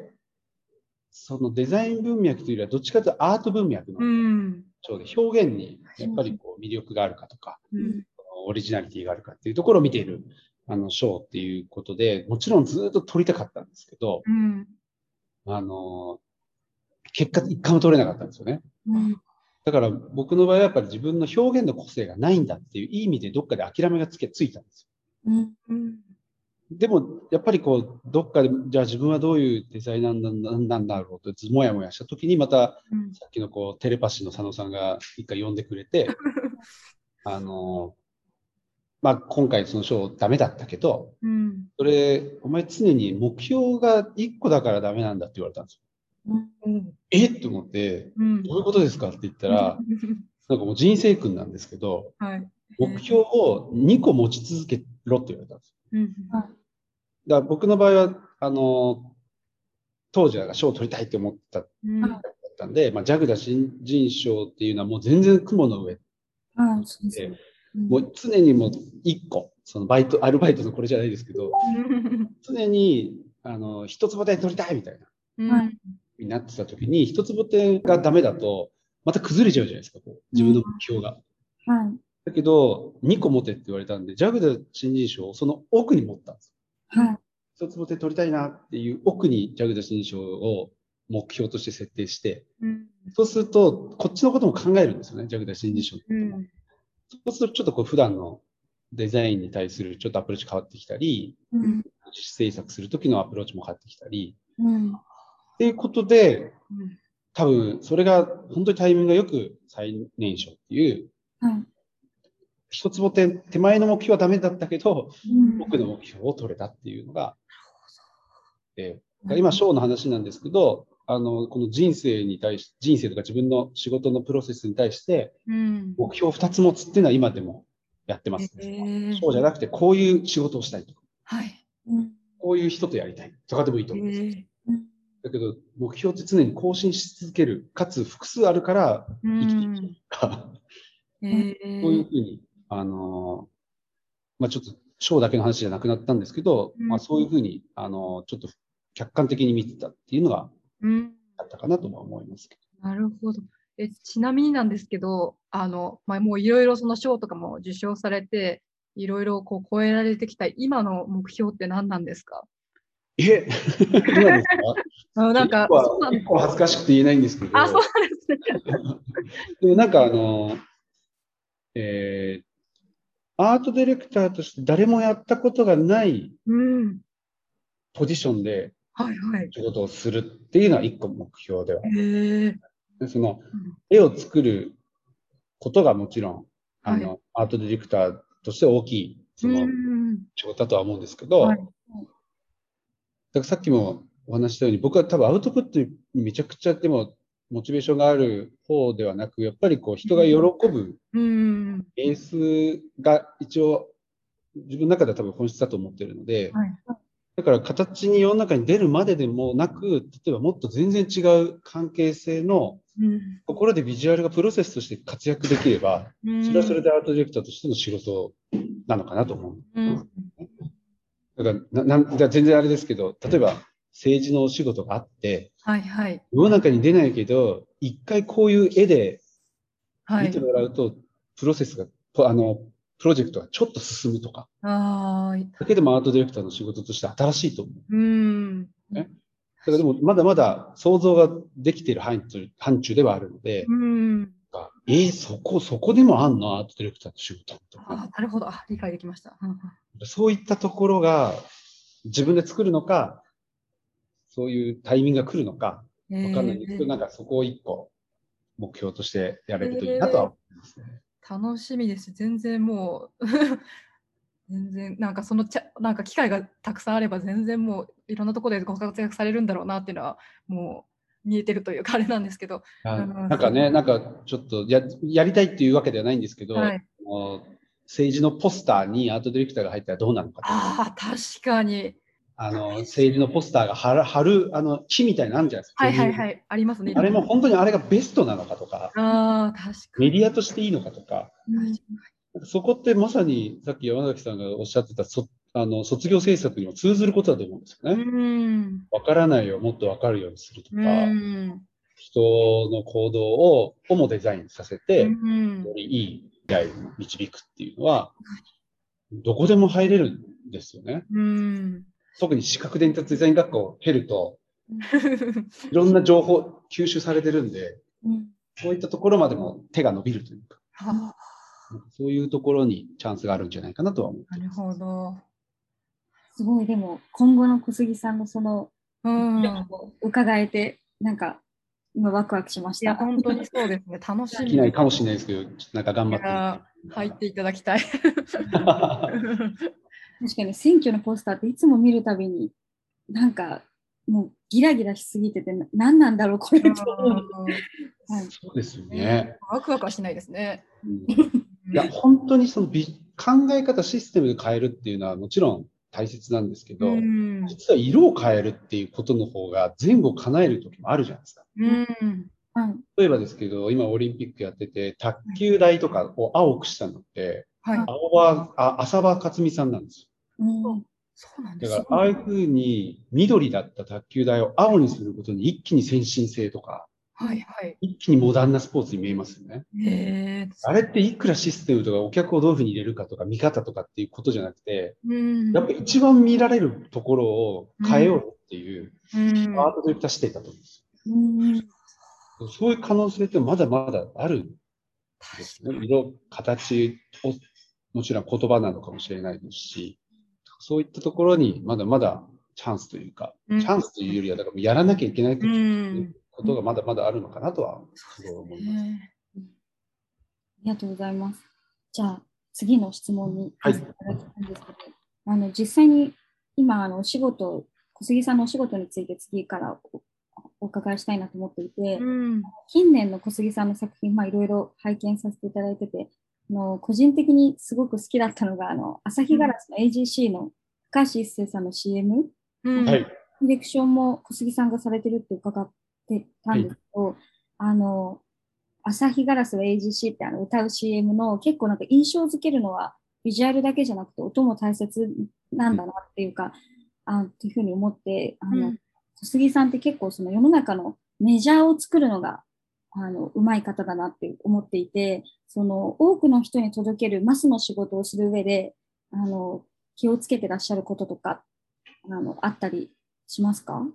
Speaker 2: そのデザイン文脈というよりは、どっちかというとアート文脈の賞で、表現にやっぱりこう魅力があるかとか、オリジナリティがあるかっていうところを見ている賞っていうことで、もちろんずっと取りたかったんですけど、結果一回も取れなかったんですよね。だから僕の場合はやっぱり自分の表現の個性がないんだっていういい意味でどっかで諦めがついたんですよ。でもやっぱりこうどっかでじゃあ自分はどういうデザイナーなんだろうともやもやした時にまた、さっきのこうテレパシーの佐野さんが一回呼んでくれて今回その賞ダメだったけど、それお前常に目標が1個だからダメなんだって言われたんですよ。と思って、どういうことですかって言ったら、なんかもう人生訓なんですけど、目標を2個持ち続けろって言われたんですよ。だから僕の場合は、当時は賞を取りたいって思ったんで、ジャグダ新人賞っていうのはもう全然雲の上で、もう常にもう1個、そのアルバイトのこれじゃないですけど、常に一坪店取りたいみたいな、になってた時に、一坪店がダメだと、また崩れちゃうじゃないですか、自分の目標が。だけど、2個持てって言われたんで、ジャグダ新人賞をその奥に持ったんですよ。一坪店取りたいなっていう奥にジャグダ新人賞を目標として設定して、そうすると、こっちのことも考えるんですよね、ジャグダ新人賞っていうのも。そうするとちょっとこう普段のデザインに対するちょっとアプローチ変わってきたり、制作する時のアプローチも変わってきたり、っていうことで、多分それが本当にタイミングがよく最年少っていう、一坪店、手前の目標はダメだったけど、奥の目標を取れたっていうのが、今、賞の話なんですけど、この人生とか自分の仕事のプロセスに対して、目標を2つ持つっていうのは今でもやってます。賞じゃなくて、こういう仕事をしたいとか、こういう人とやりたいとかでもいいと思うんです。 だけど、目標って常に更新し続ける、かつ複数あるから生きていくとか、そういうふうに、まあ、ちょっとショーだけの話じゃなくなったんですけど、まあ、そういうふうに、ちょっと客観的に見てたっていうのがあったかなとは思いますけ
Speaker 1: ど。なるほど。ちなみになんですけど、まあ、もういろいろその賞とかも受賞されて、いろいろこう超えられてきた今の目標って何なんですか？
Speaker 2: 今ですか？
Speaker 1: なんか
Speaker 2: 結構恥ずかしくて言えないんですけど。
Speaker 1: そうなんですね。
Speaker 2: でもなんかアートディレクターとして誰もやったことがないポジションで仕事をするっていうのは一個目標では。その絵を作ることがもちろん、アートディレクターとして大きいその仕事だとは思うんですけど、だからさっきもお話したように、僕は多分アウトプットにめちゃくちゃでもモチベーションがある方ではなく、やっぱりこう人が喜ぶベースが一応自分の中では多分本質だと思ってるので、だから形に世の中に出るまででもなく、例えばもっと全然違う関係性のところでビジュアルがプロセスとして活躍できれば、それはそれでアートディレクターとしての仕事なのかなと思う。だから全然あれですけど、例えば政治のお仕事があって、世の中に出ないけど、一回こういう絵で見てもらうと、プロセスが、プロジェクトがちょっと進むとか、だけでもアートディレクターの仕事として新しいと思う。だからでもまだまだ想像ができている範疇ではあるので、そこでもあんのアートディレクターの仕事とか。
Speaker 1: なるほど。理解できました。
Speaker 2: そういったところが自分で作るのか、そういうタイミングが来るのか、わかんないんですけど、なんかそこを一個目標としてやれるといいなとは思いますね。
Speaker 1: 楽しみです。全然もう全然なんかなんか機会がたくさんあれば全然もういろんなところでご活躍されるんだろうなっていうのはもう見えてるというかあれなんですけど、
Speaker 2: なんかね、なんかちょっとやりたいっていうわけではないんですけど、政治のポスターにアートディレクターが入ったらどうなるのかと。
Speaker 1: 確かに。
Speaker 2: 政治のポスターが貼る木みたいなのあるじゃないですか。
Speaker 1: ありますね。
Speaker 2: あれも本当にあれがベストなのかとか、メディアとしていいのかとか、そこってまさにさっき山崎さんがおっしゃってた卒業制作にも通ずることだと思うんですよね。わからないをもっとわかるようにするとか、人の行動をもデザインさせて、よりいい未来に導くっていうのは、どこでも入れるんですよね。特に視覚伝達デザイン学校を経ると、いろんな情報吸収されてるんで、そういったところまでも手が伸びるというか、そういうところにチャンスがあるんじゃないかなとは思ってます。
Speaker 1: なるほど。
Speaker 3: すごい、でも今後の小杉さんのその、伺えて、なんか今ワクワクしました。
Speaker 1: いや、本当にそうですね。楽しみ。
Speaker 2: できないかもしれないですけど、なんか頑張って
Speaker 1: 入っていただきたい。
Speaker 3: 確かに選挙のポスターっていつも見るたびに、なんかもうギラギラしすぎてて、何なんだろう、これと。
Speaker 2: そうですよね。
Speaker 1: ワクワクはしないですね。
Speaker 2: いや、本当にその考え方、システムで変えるっていうのはもちろん大切なんですけど、実は色を変えるっていうことの方が前後叶える時もあるじゃないですか。例えばですけど、今オリンピックやってて、卓球台とかを青くしたのって、青は浅場克美さんなんですよ。だから、ああいうふうに緑だった卓球台を青にすることに一気に先進性とか、一気にモダンなスポーツに見えますよね。あれっていくらシステムとかお客をどういうふうに入れるかとか見方とかっていうことじゃなくて、やっぱり一番見られるところを変えようっていうアートディレクター視点だと思うんですよ。そういう可能性ってまだまだあるんですね。色、形をもちろん言葉なのかもしれないですし、そういったところにまだまだチャンスというか、チャンスというよりはだからやらなきゃいけないことがまだまだあるのかなとはすごい思います。
Speaker 3: ありがとうございます。じゃあ次の質問に行かせていただきたいんですけど、実際に今小杉さんのお仕事について次からお伺いしたいなと思っていて、近年の小杉さんの作品、いろいろ拝見させていただいてて、個人的にすごく好きだったのが、朝日ガラスの AGC の高橋一生さんの CM、 ディレクションも小杉さんがされてるって伺ってたんですけど、朝日ガラスは AGC って歌う CM の結構なんか印象づけるのはビジュアルだけじゃなくて音も大切なんだなっていうか、っていうふうに思って、小杉さんって結構その世の中のメジャーを作るのがうまい方だなって思っていて、その多くの人に届けるマスの仕事をする上で気をつけてらっしゃることとかあったりしますか？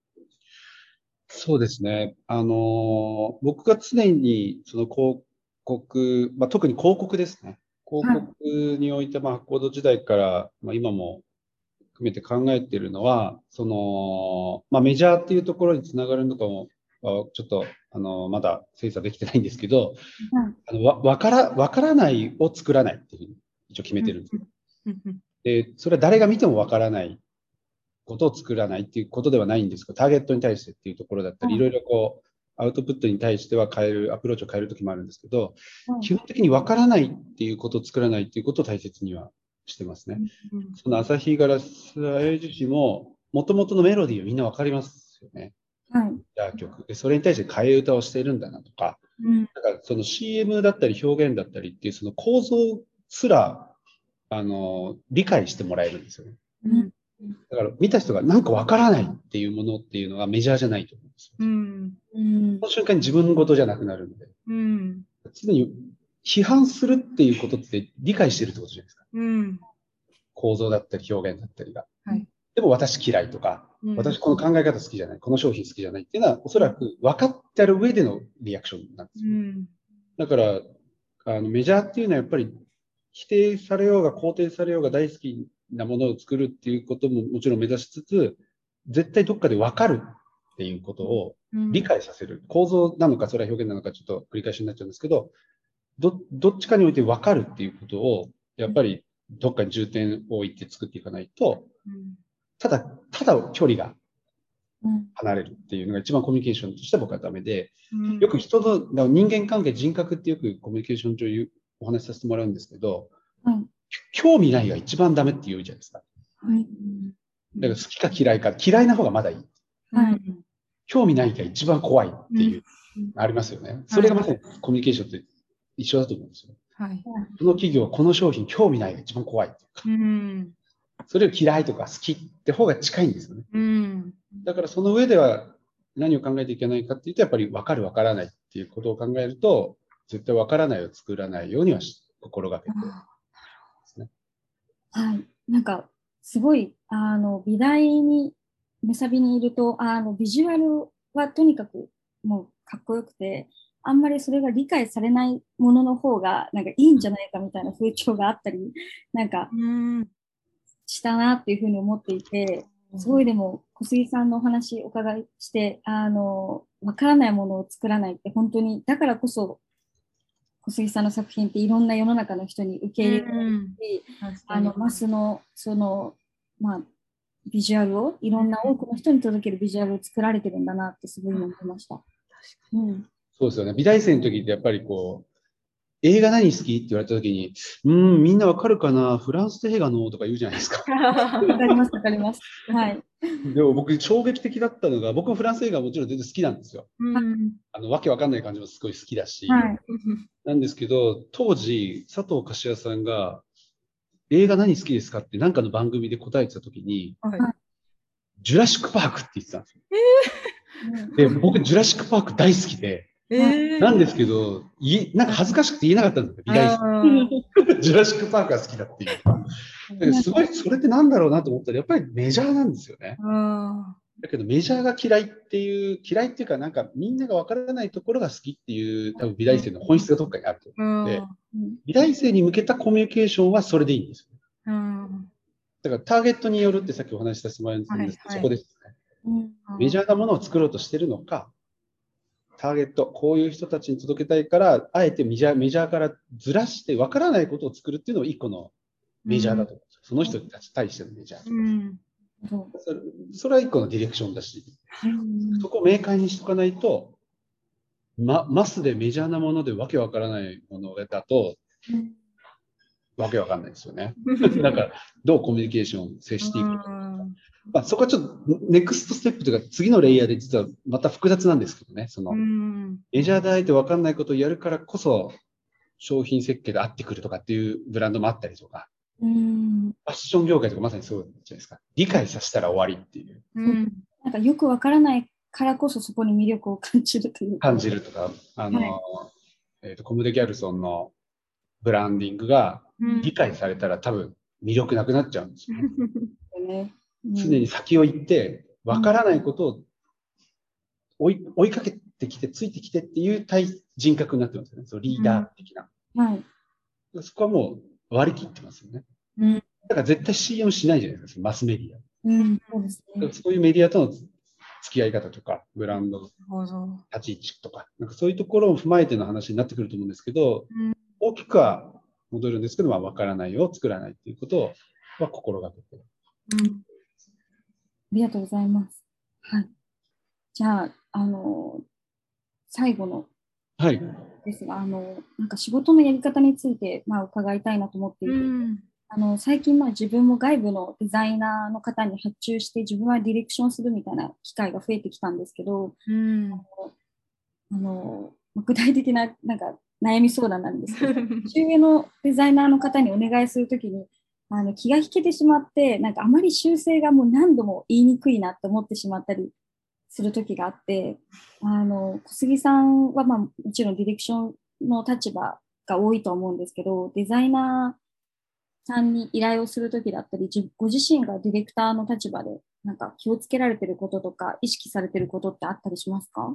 Speaker 2: そうですね。僕が常にその広告、特に広告ですね。広告において、コード時代から、今も含めて考えているのは、メジャーっていうところにつながるのかも、ちょっと、まだ精査できてないんですけど、わからないを作らないっていうふうに一応決めてるんですよ。で、それは誰が見てもわからないことを作らないっていうことではないんですけど、ターゲットに対してっていうところだったり、いろいろアウトプットに対してはアプローチを変えるときもあるんですけど、基本的にわからないっていうことを作らないっていうことを大切にはしてますね。その朝日ガラス英樹氏も、もともとのメロディーはみんなわかりますよね。曲で、それに対して替え歌をしているんだなとか、だからその CM だったり表現だったりっていうその構造すら、理解してもらえるんですよね。だから見た人がなんかわからないっていうものっていうのはメジャーじゃないと思うんですよ。その瞬間に自分事じゃなくなるので、常に批判するっていうことって理解してるってことじゃないですか。構造だったり表現だったりが。でも私嫌いとか、私この考え方好きじゃない、この商品好きじゃないっていうのはおそらく分かってある上でのリアクションなんですよ。だからメジャーっていうのはやっぱり否定されようが肯定されようが大好きなものを作るっていうことももちろん目指しつつ、絶対どっかで分かるっていうことを理解させる。構造なのか、それは表現なのか、ちょっと繰り返しになっちゃうんですけど、どっちかにおいて分かるっていうことを、やっぱりどっかに重点を置いて作っていかないと、ただ距離が離れるっていうのが一番コミュニケーションとして僕はダメで、よく人の人間関係、人格ってよくコミュニケーション上お話しさせてもらうんですけど、興味ないが一番ダメって言うじゃないですか。だから好きか嫌いか、嫌いな方がまだいい。興味ないが一番怖いっていう、ありますよね。それがまさにコミュニケーションって一緒だと思うんですよ。この企業、この商品、興味ないが一番怖いっていうか、それを嫌いとか好きって方が近いんですよね。だからその上では何を考えていけないかっていうと、やっぱり分かる分からないっていうことを考えると、絶対分からないを作らないようには心がけてですね。
Speaker 3: はい。なんか、すごい、美大に、メサビにいると、ビジュアルはとにかくもうかっこよくて、あんまりそれが理解されないものの方が、なんかいいんじゃないかみたいな風潮があったり、なんか、したなっていうふうに思っていて、すごいでも小杉さんのお話お伺いして、わからないものを作らないって本当に、だからこそ小杉さんの作品っていろんな世の中の人に受け入れられるし、マスのその、ビジュアルをいろんな多くの人に届けるビジュアルを作られてるんだなってすごい思いました。
Speaker 2: そうですよね。美大生の時ってやっぱり映画何好きって言われた時に、みんなわかるかな、フランス映画のとか言うじゃないですか。
Speaker 3: わかります、わかります。はい。
Speaker 2: でも僕、衝撃的だったのが、僕もフランス映画はもちろん全然好きなんですよ。わけわかんない感じもすごい好きだし。なんですけど、当時、佐藤柏さんが、映画何好きですかって何かの番組で答えてた時に、ジュラシックパークって言ってたんですよ。で、僕、ジュラシックパーク大好きで、なんですけど、なんか恥ずかしくて言えなかったんですよ、美大生。ジュラシックパークが好きだっていうか。すごい、それってなんだろうなと思ったら、やっぱりメジャーなんですよね。だけどメジャーが嫌いっていうか、なんかみんながわからないところが好きっていう、多分美大生の本質がどっかにあると思うので、美大生に向けたコミュニケーションはそれでいいんですよ。だからターゲットによるってさっきお話しさせてもらうんですけど、そこですね。メジャーなものを作ろうとしてるのか、ターゲット、こういう人たちに届けたいから、あえてメジャーからずらして、わからないことを作るっていうのが一個のメジャーだと思うんですよ。その人たちに対してのメジャー。それは一個のディレクションだし、そこを明快にしとかないと、マスでメジャーなものでわけわからないものだと、 わけわかんないですよね。なんか、どうコミュニケーションを接していくか。まあ、そこはちょっと、ネクストステップというか、次のレイヤーで実はまた複雑なんですけどね、その、メジャーであえてわかんないことをやるからこそ、商品設計で合ってくるとかっていうブランドもあったりとか、ファッション業界とかまさにそうじゃないですか。理解させたら終わりっていう。
Speaker 3: なんかよくわからないからこそそこに魅力を感じるというか。
Speaker 2: 感じるとか、コムデ・ギャルソンのブランディングが理解されたら多分魅力なくなっちゃうんですよね。常に先を行って、わからないことを追いかけてきて、ついてきてっていう人格になってますよね。そうリーダー的な。そこはもう割り切ってますよね。だから絶対 CM しないじゃないですか、マスメディア。そういうメディアとの付き合い方とか、ブランドの立ち位置とか、なんかそういうところを踏まえての話になってくると思うんですけど、大きくは戻るんですけど、わからないを作らないっていうことは心がけて。
Speaker 3: ありがとうございます。はい。じゃあ、最後のですが、なんか仕事のやり方について、伺いたいなと思っていて、最近、自分も外部のデザイナーの方に発注して、自分はディレクションするみたいな機会が増えてきたんですけど、具体的な、なんか悩み相談なんですけど、年上のデザイナーの方にお願いするときに、気が引けてしまって、なんかあまり修正がもう何度も言いにくいなって思ってしまったりするときがあって、小杉さんは、もちろんディレクションの立場が多いと思うんですけど、デザイナーさんに依頼をするときだったり、ご自身がディレクターの立場で、なんか気をつけられてることとか、意識されてることってあったりしますか？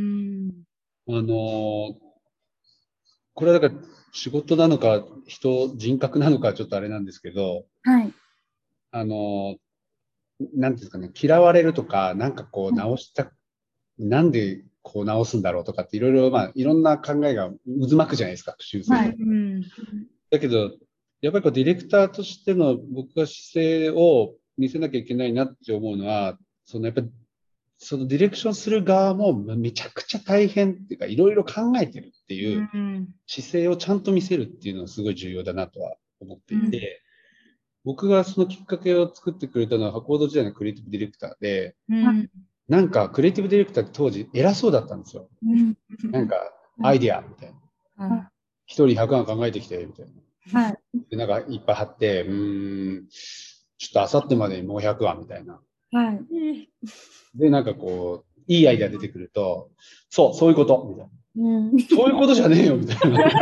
Speaker 2: これはだから仕事なのか、人格なのかちょっとあれなんですけど、なんていうんですかね、嫌われるとか、なんかこうなんでこう直すんだろうとかっていろいろ、いろんな考えが渦巻くじゃないですか、修正。だけど、やっぱりこうディレクターとしての僕が姿勢を見せなきゃいけないなって思うのは、やっぱりそのディレクションする側もめちゃくちゃ大変っていうか、いろいろ考えてるっていう姿勢をちゃんと見せるっていうのはすごい重要だなとは思っていて、僕がそのきっかけを作ってくれたのは、博報堂時代のクリエイティブディレクターで、なんかクリエイティブディレクターって当時偉そうだったんですよ。なんかアイディアみたいな。一人100案考えてきてみたいな。でなんかいっぱい貼って、ちょっとあさってまでにもう100案みたいな。で、なんかこう、いいアイデア出てくると、そういうこと、みたいな。そういうことじゃねえよ、みたいな。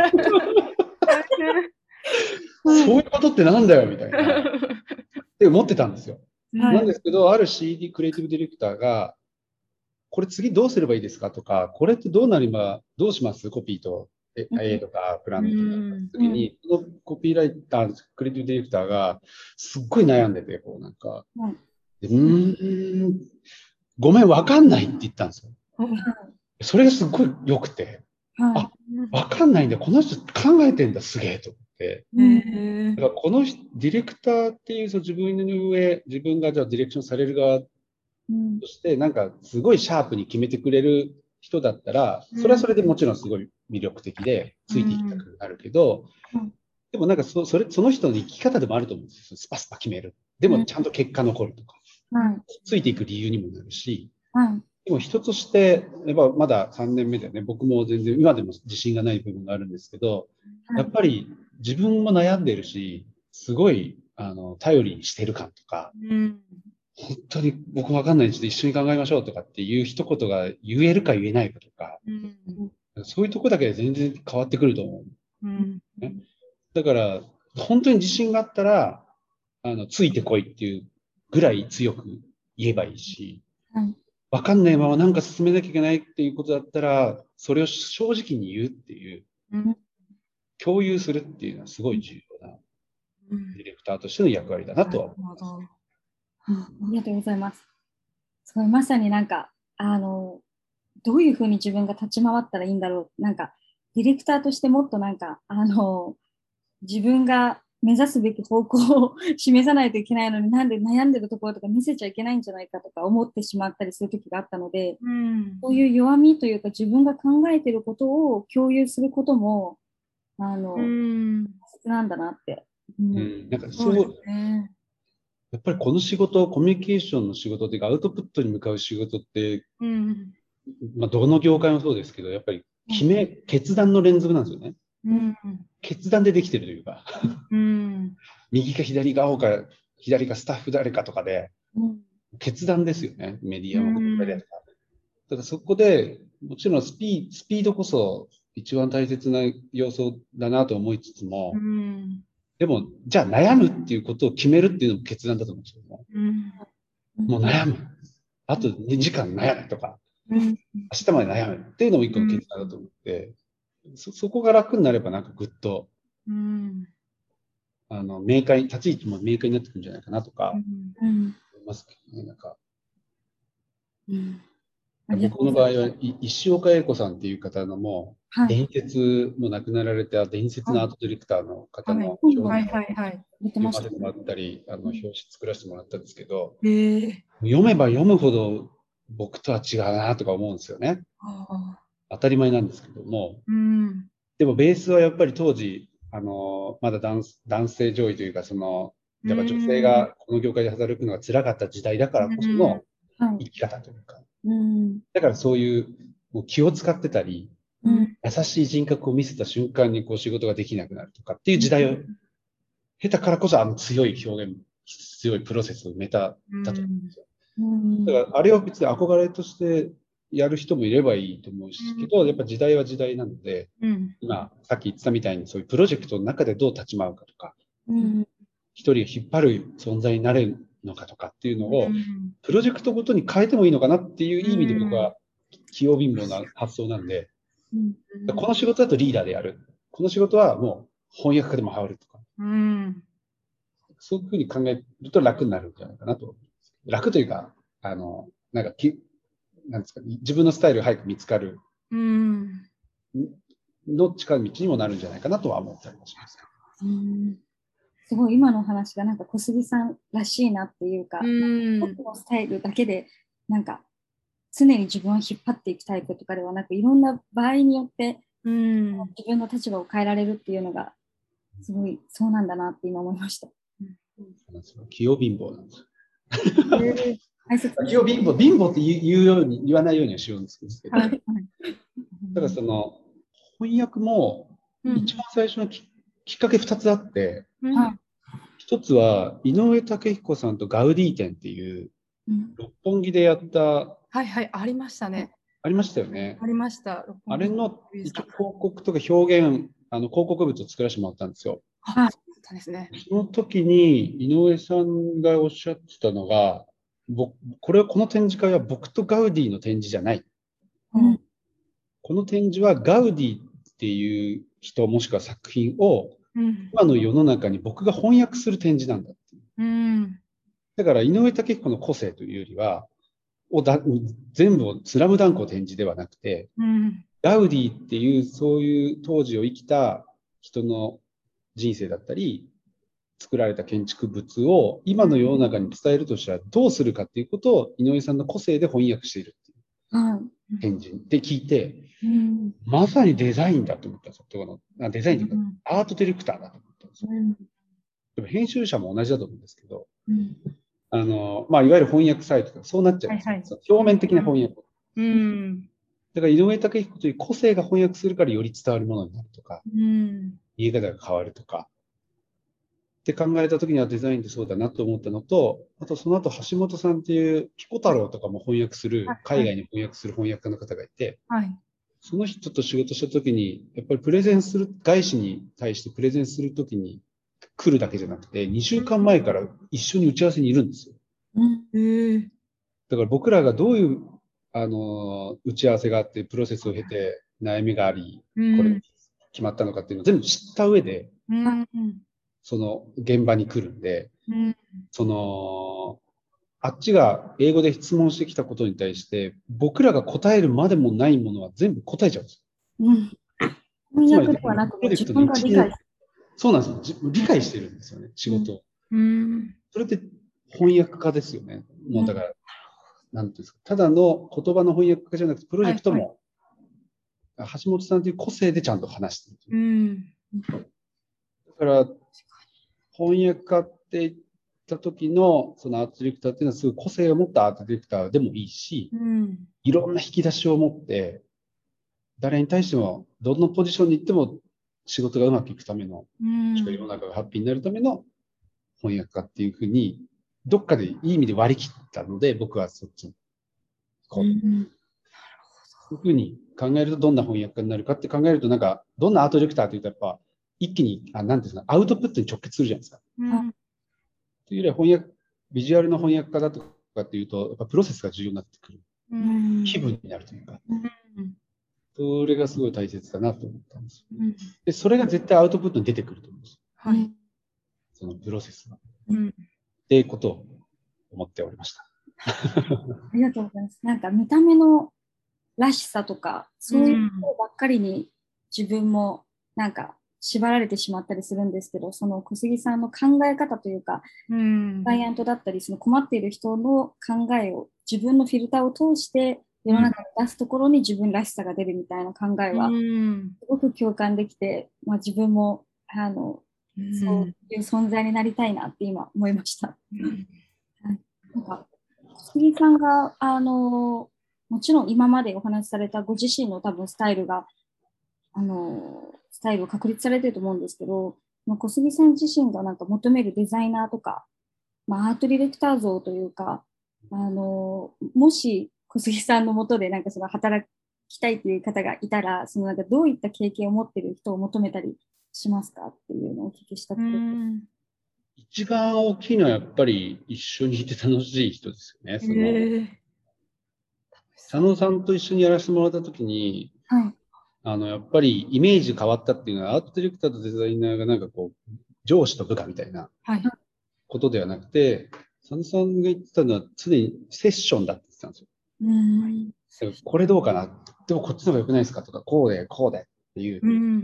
Speaker 2: そういうことってなんだよ、みたいな。って思ってたんですよ。なんですけど、ある CD クリエイティブディレクターが、これ次どうすればいいですかとか、これってどうしますコピーと、A とか、プランとか時に、そのコピーライター、クリエイティブディレクターが、すっごい悩んでて、こうなんか、ごめん、わかんないって言ったんですよ。それがすっごい良くて、わかんないんだ、この人考えてんだ、すげえと思って。だからこのディレクターっていう自分の上、自分がじゃあディレクションされる側として、なんかすごいシャープに決めてくれる人だったら、それはそれでもちろんすごい魅力的で、ついていきたくなるけど、でもなんかその人の生き方でもあると思うんですよ。スパスパ決める。でもちゃんと結果残るとか。ついていく理由にもなるし、でも人として、やっぱまだ3年目でね、僕も全然今でも自信がない部分があるんですけど、やっぱり自分も悩んでるし、すごい頼りにしてる感とか、本当に僕わかんないんで一緒に考えましょうとかっていう一言が言えるか言えないかとか、そういうとこだけで全然変わってくると思う。ね、だから、本当に自信があったら、ついてこいっていうぐらい強く言えばいいし、わかんないままなんか進めなきゃいけないっていうことだったら、それを正直に言うっていう、共有するっていうのはすごい重要なディレクターとしての役割だなとは思います。
Speaker 3: ありがとうございます。すごい、まさになんか、どういうふうに自分が立ち回ったらいいんだろう。なんか、ディレクターとしてもっとなんか、自分が目指すべき方向を示さないといけないのに、なんで悩んでるところとか見せちゃいけないんじゃないかとか思ってしまったりする時があったので、そういう弱みというか自分が考えていることを共有することも大切なんだなって
Speaker 2: なんかそう、やっぱりこの仕事、コミュニケーションの仕事っていうか、アウトプットに向かう仕事って、まあ、どの業界もそうですけど、やっぱり決断の連続なんですよね。決断でできてるというか、右か左か左かスタッフ誰かとかで、決断ですよね、メディアも。だからそこで、もちろんスピードこそ一番大切な要素だなと思いつつも、でも、じゃあ悩むっていうことを決めるっていうのも決断だと思うんですよね。もう悩む。あと2時間悩むとか、明日まで悩むっていうのも一個の決断だと思って、そこが楽になればなんかぐっと、明快、立ち位置も明快になってくるんじゃないかなとか、思いますけどね、なんか。僕の場合は石岡英子さんっていう方のもう、伝説も亡くなられた伝説のアートディレクターの方の表現を読ませてもらったり、表紙作らせてもらったんですけど、読めば読むほど僕とは違うなとか思うんですよね。当たり前なんですけども、でもベースはやっぱり当時、まだ男性上位というか、やっぱ女性がこの業界で働くのが辛かった時代だからこその生き方というか、だからそういうもう気を使ってたり、優しい人格を見せた瞬間にこう仕事ができなくなるとかっていう時代を経たからこそ強い表現、強いプロセスを埋めただと思うんですよ。だからあれは別に憧れとしてやる人もいればいいと思うしけど、やっぱ時代は時代なので、今さっき言ってたみたいにそういうプロジェクトの中でどう立ち回るかとか、一人を引っ張る存在になれるのかとかっていうのを、プロジェクトごとに変えてもいいのかなっていう意味で僕は器用貧乏な発想なんで、この仕事だとリーダーでやる。この仕事はもう翻訳家でも入るとか、そういうふうに考えると楽になるんじゃないかなと。楽というか、なんかなんですか、自分のスタイルが早く見つかるの近道にもなるんじゃないかなとは思ったりもします。
Speaker 3: すごい今の話がなんか小杉さんらしいなっていうか、僕のスタイルだけでなんか常に自分を引っ張っていくタイプとかではなく、いろんな場合によって自分の立場を変えられるっていうのがすごいそうなんだなって今思いました。
Speaker 2: 器用貧乏なんです。器用貧乏って言わないようにはしようんですけど、だからその翻訳も一番最初のきっかけ2つあって、1つは井上武彦さんとガウディ展っていう六本木でやった
Speaker 1: ありましたね。
Speaker 2: ありましたよね。
Speaker 1: ありました。
Speaker 2: あれの広告とか表現、広告物を作らせてもらったんですよ。その時に井上さんがおっしゃってたのが、この展示会は僕とガウディの展示じゃない。この展示はガウディっていう人もしくは作品を今の世の中に僕が翻訳する展示なんだっていう。だから井上武彦の個性というよりは、全部をスラムダンクを展示ではなくて、ガウディっていうそういう当時を生きた人の人生だったり、作られた建築物を今の世の中に伝えるとしたらどうするかっていうことを井上さんの個性で翻訳しているっていう展示で聞いて、まさにデザインだと思ったんですよ。デザインというか、アートディレクターだと思ったんですよ。でも編集者も同じだと思うんですけど、いわゆる翻訳サイトとかそうなっちゃうんですよ。表面的な翻訳。だから井上武彦という個性が翻訳するからより伝わるものになるとか、見え方が変わるとか、って考えた時にはデザインってそうだなと思ったのと、あとその後橋本さんっていうピコ太郎とかも翻訳する、海外に翻訳する翻訳家の方がいて、その人と仕事した時に、やっぱり外資に対してプレゼンする時に来るだけじゃなくて、2週間前から一緒に打ち合わせにいるんですよ。だから僕らがどういう打ち合わせがあって、プロセスを経て悩みがあり、これ決まったのかっていうのを全部知った上で、その現場に来るんで、あっちが英語で質問してきたことに対して、僕らが答えるまでもないものは全部答えちゃうんですよ。
Speaker 3: 翻訳ではなく、自分が理解。
Speaker 2: そうなんですよ。理解してるんですよね、仕事を。それって翻訳家ですよね。もうだから、なんていうんですか、ただの言葉の翻訳家じゃなくて、プロジェクトも、橋本さんという個性でちゃんと話している。だから、 翻訳家って言った時のそのアートディレクターっていうのはすごい個性を持ったアートディレクターでもいいし、いろんな引き出しを持って、誰に対してもどのポジションに行っても仕事がうまくいくための、世の中がハッピーになるための翻訳家っていうふうに、どっかでいい意味で割り切ったので、僕はそっちに行こうと。そういうふうに考えると、どんな翻訳家になるかって考えると、なんか、どんなアートディレクターというと、やっぱ、一気に、なんていうんですか、アウトプットに直結するじゃないですか。というよりは翻訳、ビジュアルの翻訳家だとかっていうと、やっぱプロセスが重要になってくる。気分になるというか。それがすごい大切だなと思ったんですよ。で、それが絶対アウトプットに出てくると思うんです。そのプロセスが。っていうことを思っておりました。
Speaker 3: ありがとうございます。なんか見た目のらしさとか、そういうことばっかりに自分もなんか縛られてしまったりするんですけど、その小杉さんの考え方というか、クライアントだったり、その困っている人の考えを自分のフィルターを通して世の中に出すところに自分らしさが出るみたいな考えは、すごく共感できて、自分もそういう存在になりたいなって今思いました。なんか小杉さんがもちろん今までお話しされたご自身の多分スタイルを確立されてると思うんですけど、小杉さん自身がなんか求めるデザイナーとか、アートディレクター像というか、もし小杉さんのもとでなんかその働きたいという方がいたら、そのなんかどういった経験を持っている人を求めたりしますかっていうのをお聞きしたくて。
Speaker 2: 一番大きいのはやっぱり一緒にいて楽しい人ですよね。佐野さんと一緒にやらせてもらったときに、やっぱりイメージ変わったっていうのは、アートディレクターとデザイナーがなんかこう、上司と部下みたいなことではなくて、佐野さんが言ってたのは常にセッションだって言ってたんですよ。これどうかな、でもこっちの方が良くないですかとか、こうで、こうでっていう、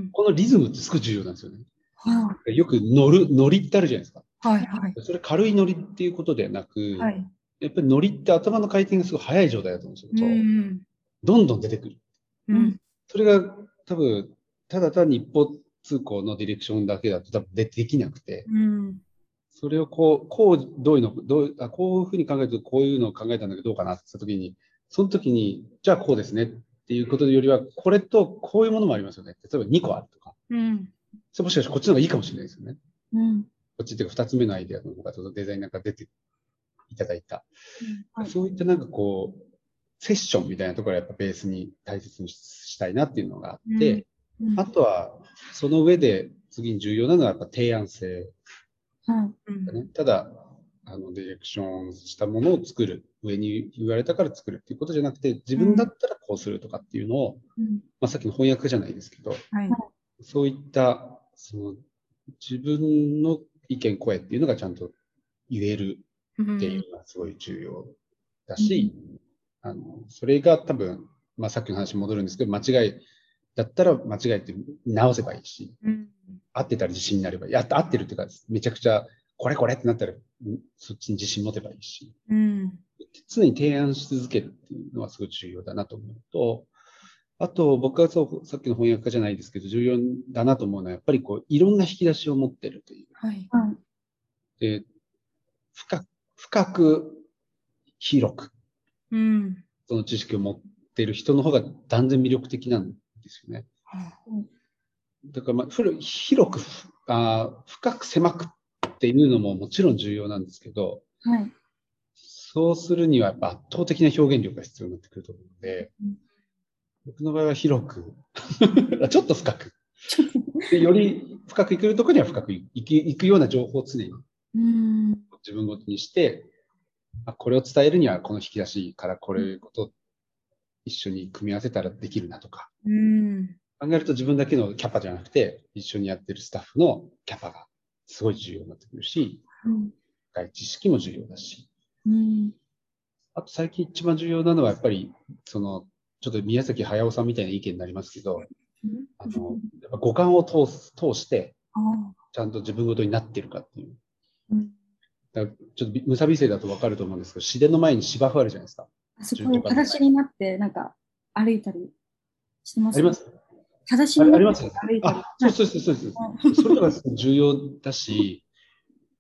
Speaker 2: このリズムってすごい重要なんですよね。よくノリってあるじゃないですか。それ軽いノリっていうことではなく、やっぱりノリって頭の回転がすごい速い状態だと思うんですよ。どんどん出てくる。それが多分、ただ単に一方通行のディレクションだけだと多分できなくて、それをこういうふうに考えるとこういうのを考えたんだけどどうかなって言った時に、その時に、じゃあこうですねっていうことよりは、これとこういうものもありますよね。例えば2個あるとか。もしかしてこっちの方がいいかもしれないですよね。こっちっていうか2つ目のアイデアの方がデザイナーが出ていただいた。そういったなんかこう、セッションみたいなところをやっぱベースに大切にしたいなっていうのがあって、あとはその上で次に重要なのはやっぱ提案性。ただディレクションしたものを作る、上に言われたから作るっていうことじゃなくて、自分だったらこうするとかっていうのを、さっきの翻訳じゃないですけど、そういったその自分の意見声っていうのがちゃんと言えるっていうのがすごい重要だし、それが多分、さっきの話に戻るんですけど、間違いだったら間違いって直せばいいし、合ってたら自信になればいい。合ってるっていうか、めちゃくちゃこれってなったら、そっちに自信持てばいいし、常に提案し続けるっていうのはすごい重要だなと思うと、あと僕はさっきの翻訳家じゃないですけど、重要だなと思うのは、やっぱりこう、いろんな引き出しを持ってるという。で、深く、広く、その知識を持っている人の方が断然魅力的なんですよね。だから広く深く狭くっていうのももちろん重要なんですけど、そうするにはやっぱ圧倒的な表現力が必要になってくると思うので、僕の場合は広くちょっと深くで、より深くいけるところには深くいくような情報を常に自分ごとにして、これを伝えるにはこの引き出しからこれこと一緒に組み合わせたらできるなとか、考えると自分だけのキャパじゃなくて、一緒にやってるスタッフのキャパがすごい重要になってくるし、知識も重要だし、あと最近一番重要なのはやっぱりちょっと宮崎駿さんみたいな意見になりますけど、やっぱ五感を通してちゃんと自分ごとになってるかっていう。だからちょっと無差別性だと分かると思うんですけど、市電の前に芝生あるじゃないですか。
Speaker 3: そこに裸足になってなんか歩いたりしてます、
Speaker 2: あります。
Speaker 3: 裸足になって
Speaker 2: 歩いたり。そうです。それが重要だし、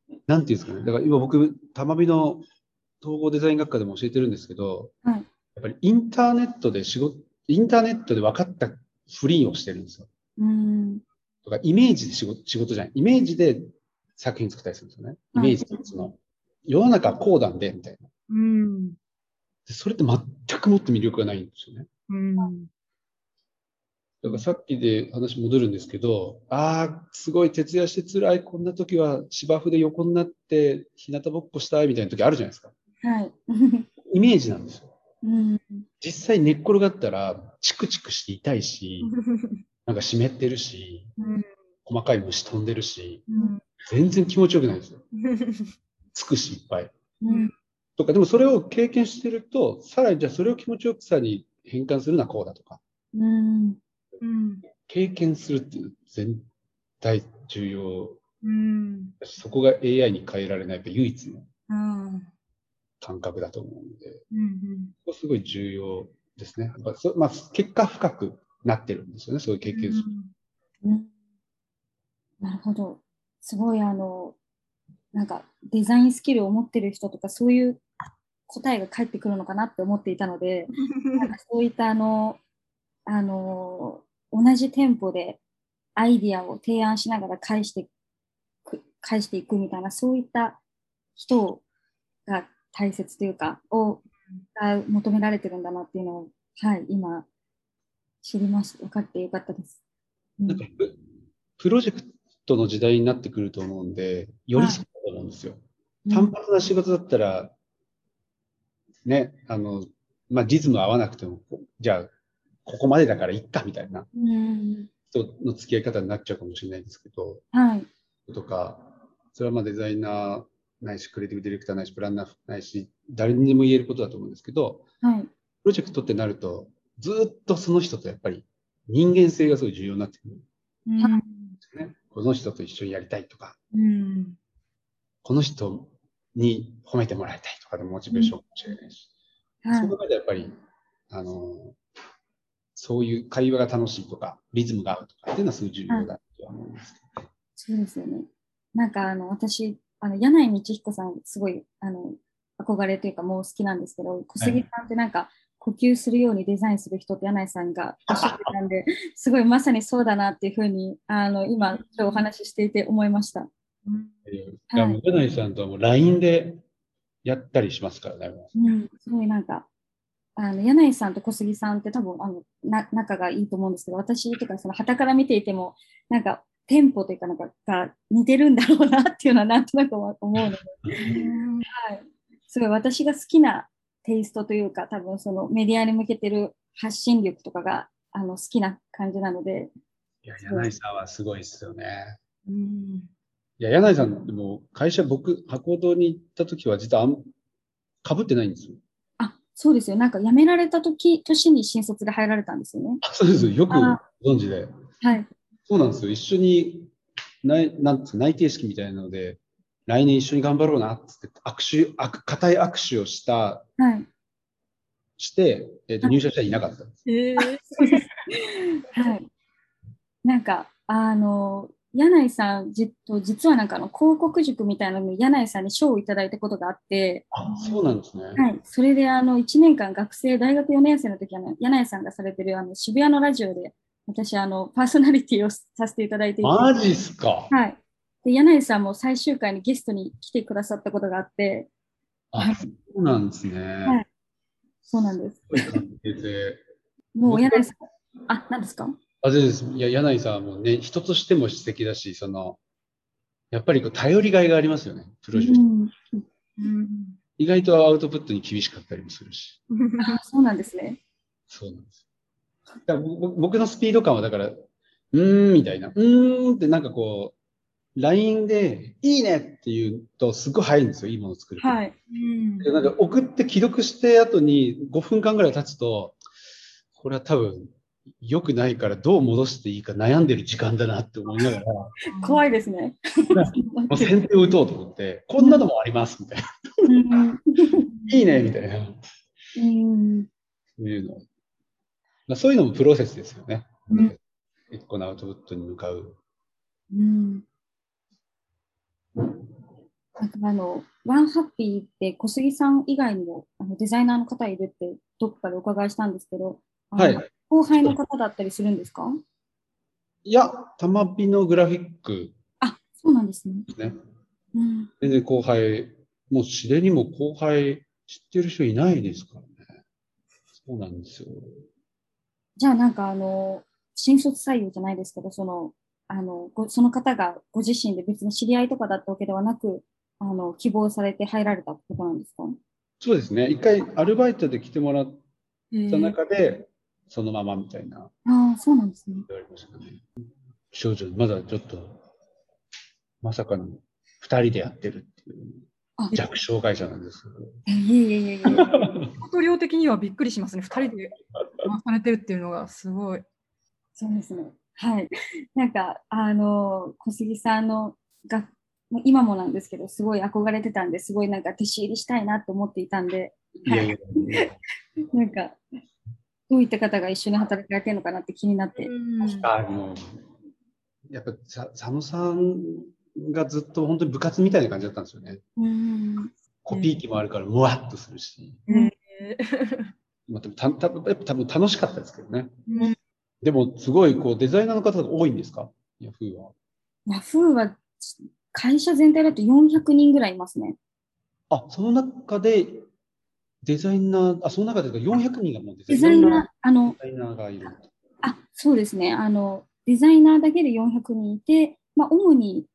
Speaker 2: なんていうんですかね。だから今僕、たまびの統合デザイン学科でも教えてるんですけど、
Speaker 3: はい。
Speaker 2: やっぱりインターネットで分かったフリーをしてるんですよ。
Speaker 3: うん。
Speaker 2: とか、イメージで仕事じゃない。イメージで作品作ったりするんですよね。イメージで、世の中はこうなんで、みたいな。
Speaker 1: うん。
Speaker 2: でそれって全くもって魅力がないんですよね。
Speaker 1: うん。
Speaker 2: だからさっきで話戻るんですけど、すごい徹夜して辛い、こんな時は芝生で横になって日向ぼっこしたいみたいな時あるじゃないですか。
Speaker 3: はい。
Speaker 2: イメージなんですよ。
Speaker 3: うん。
Speaker 2: 実際寝っ転がったらチクチクして痛いし、なんか湿ってるし、
Speaker 1: うん。
Speaker 2: 細かい虫飛んでるし、
Speaker 1: うん。
Speaker 2: 全然気持ちよくないですよ。つくしいっぱい。
Speaker 3: うん。
Speaker 2: とか、でもそれを経験してると、さらにじゃあそれを気持ちよくさに変換するのはこうだとか、
Speaker 3: うん。
Speaker 1: うん。
Speaker 2: 経験するっていう絶対重要。
Speaker 1: うん。
Speaker 2: そこが AI に変えられない唯一の
Speaker 1: うん。
Speaker 2: 感覚だと思うので、
Speaker 1: うん。
Speaker 2: ここすごい重要ですね。結果深くなってるんですよね、そういう経験する。
Speaker 3: うん。なるほど。すごい、なんかデザインスキルを持ってる人とか、そういう答えが返ってくるのかなって思っていたので、なんかそういった同じテンポでアイディアを提案しながら返していくみたいな、そういった人が大切というか、が求められてるんだなっていうのを、はい、今知りました。分かってよかったです。
Speaker 2: なんかプロジェクトの時代になってくると思うんで、よりそうだと思うんですよ。単発な仕事だったら、ね、リズム合わなくても、じゃあ、ここまでだからいっかみたいな人の付き合い方になっちゃうかもしれないですけど、
Speaker 3: はい。
Speaker 2: とか、それはデザイナーないし、クリエイティブディレクターないし、プランナーないし、誰にでも言えることだと思うんですけど、
Speaker 3: はい。
Speaker 2: プロジェクトってなると、ずっとその人とやっぱり人間性がすごい重要になってくるんですよね。この人と一緒にやりたいとか、この人に褒めてもらいたいとかでモチベーションかもしれないし、その中でやっぱり、そういう会話が楽しいとか、リズムが合うとかっていうのはすごい重要だと思います。
Speaker 3: そうですよね。なんか私、柳井道彦さん、すごい憧れというかもう好きなんですけど、小杉さんってなんか、呼吸するようにデザインする人って柳井さんがおっしゃってたんで、すごいまさにそうだなっていうふうに、今、今日お話ししていて思いました。
Speaker 2: 柳井さんとはもう LINE でやったりしますからね。
Speaker 3: すごいなんか、柳井さんと小杉さんって多分仲がいいと思うんですけど、私とかその傍から見ていても、なんかテンポというかなんかが似てるんだろうなっていうのはなんとなく思うので、はい、すごい私が好きなテイストというか、多分そのメディアに向けてる発信力とかが好きな感じなので。
Speaker 2: いや、柳井さんはすごいですよね。いや、柳井さん、でも会社、僕、博報に行った時は実はかぶってないんですよ。
Speaker 3: そうですよ。なんか辞められた年に新卒で入られたんですよね。
Speaker 2: そうです。よくご存知で。
Speaker 3: はい。
Speaker 2: そうなんですよ。一緒に内定式みたいなので、来年一緒に頑張ろうなって固い握手をして、入社者いなかったんです。
Speaker 3: はい。なんか、柳井さん、実はなんか広告塾みたいなのに柳井さんに賞をいただいたことがあって、
Speaker 2: そうなんですね。
Speaker 3: はい。それで1年間大学4年生の時は、柳井さんがされてる渋谷のラジオで、私、パーソナリティをさせていただいていて。
Speaker 2: マジっすか。
Speaker 3: はい。で、柳井さんも最終回にゲストに来てくださったことがあって。
Speaker 2: そうなんですね。
Speaker 3: はい。そうなんです。
Speaker 2: すごい関係性。
Speaker 3: もう柳井さん、何ですか？
Speaker 2: です。いや、柳井さんはもうね、人としても素敵だし、やっぱり頼りがいがありますよね、プロジェクト。意外とアウトプットに厳しかったりもするし。
Speaker 3: そうなんですね。
Speaker 2: そうなんです。だから僕のスピード感はだから、みたいな。ってなんかこう、LINE でいいねって言うとすごい早いんですよ、いいものを作る。
Speaker 3: はい。
Speaker 2: なんか送って既読して後に5分間ぐらい経つと、これは多分良くないからどう戻していいか悩んでる時間だなって思いながら。
Speaker 3: 怖いですね。
Speaker 2: もう先手を打とうと思って、こんなのもありますみたいな。いいねみたいな。そういうのもプロセスですよね。一個のアウトプットに向かう。
Speaker 3: なんかワンハッピーって小杉さん以外にもデザイナーの方いるってどこかでお伺いしたんですけど、
Speaker 2: はい。
Speaker 3: 後輩の方だったりするんですか？
Speaker 2: いや、たまびのグラフィック
Speaker 3: あ、そうなんですね。
Speaker 2: ですね。
Speaker 3: うん、
Speaker 2: 全然後輩、もうすでにも後輩知ってる人いないですからね。そうなんですよ。
Speaker 3: じゃあなんか新卒採用じゃないですけど、その方がご自身で別に知り合いとかだったわけではなく、希望されて入られたってことなんですか？
Speaker 2: そうですね。一回アルバイトで来てもらった
Speaker 1: ー、
Speaker 2: 中で、そのままみたいな
Speaker 3: ああ、そうなんですね。
Speaker 2: 言われましたね。少女、まだちょっと、まさかの二人でやってるっていう
Speaker 3: あ、
Speaker 2: 弱小会社なんですけど。
Speaker 3: いえいえいえいえ。
Speaker 1: 仕事量的にはびっくりしますね。2人で回されてるっていうのがすごい。
Speaker 3: そうですね。はい。なんか、小杉さんのが、今もなんですけど、すごい憧れてたんで、すごいなんか弟子入りしたいなと思っていたんで、はい。
Speaker 2: いやいやいや。
Speaker 3: なんか、どういった方が一緒に働かれてるのかなって気になって。
Speaker 2: あの、やっぱ佐野さんがずっと本当に部活みたいな感じだったんですよね。
Speaker 3: うん。
Speaker 2: コピー機もあるから、うわっとするし。まあ、やっぱ多分楽しかったですけどね。でも、すごいこうデザイナーの方が多いんですか、ヤフーは。
Speaker 3: ヤフーは会社全体だと400人ぐらいいますね。
Speaker 2: あ、その中でデザイナー、その中で400人がもうデザ
Speaker 3: デ
Speaker 2: イナー、いろんな
Speaker 3: ザイナー、
Speaker 2: デザイナーがいる。
Speaker 3: そうですね。デザイナーだけで400人いて、まあ、主に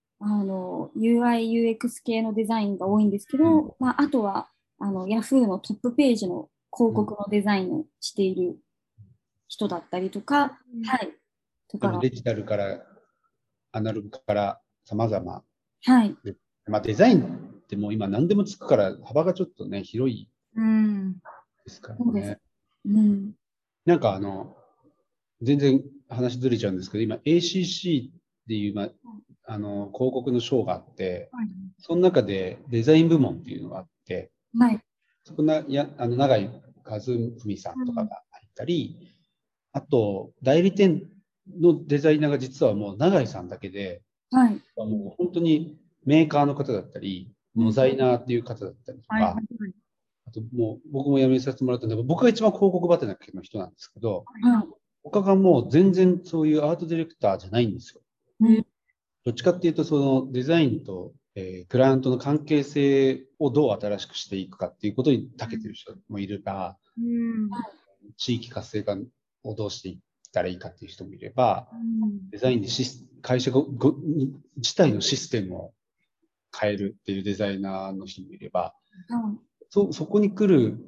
Speaker 3: UI、UX 系のデザインが多いんですけど、まあ、あとはYahoo のトップページの広告のデザインをしている人だったりとか、はい、とかが、
Speaker 2: デジタルからアナログから様々。
Speaker 3: はい。
Speaker 2: まあ、デザインってもう今何でもつくから幅がちょっとね、広いですから
Speaker 3: そうです。
Speaker 2: ね。
Speaker 3: うん。
Speaker 2: なんか全然話ずれちゃうんですけど、今 ACC っていう、広告の賞があって、その中でデザイン部門っていうのがあって、
Speaker 3: はい。
Speaker 2: そこ永井和文さんとかが入ったり、あと、代理店のデザイナーが実はもう永井さんだけで、
Speaker 3: はい。
Speaker 2: もう本当にメーカーの方だったり、ノザイナーっていう方だったりとか、あともう僕も辞めさせてもらったんで、僕が一番広告バテなの人なんですけど、
Speaker 3: はい。
Speaker 2: 他がもう全然そういうアートディレクターじゃないんですよ。
Speaker 3: うん。
Speaker 2: どっちかっていうと、そのデザインと、クライアントの関係性をどう新しくしていくかっていうことに長けてる人もいれば、地域活性化をどうしていったらいいかっていう人もいれば、デザインで会社自体のシステムを変えるっていうデザイナーの人もいれば、そこに来る、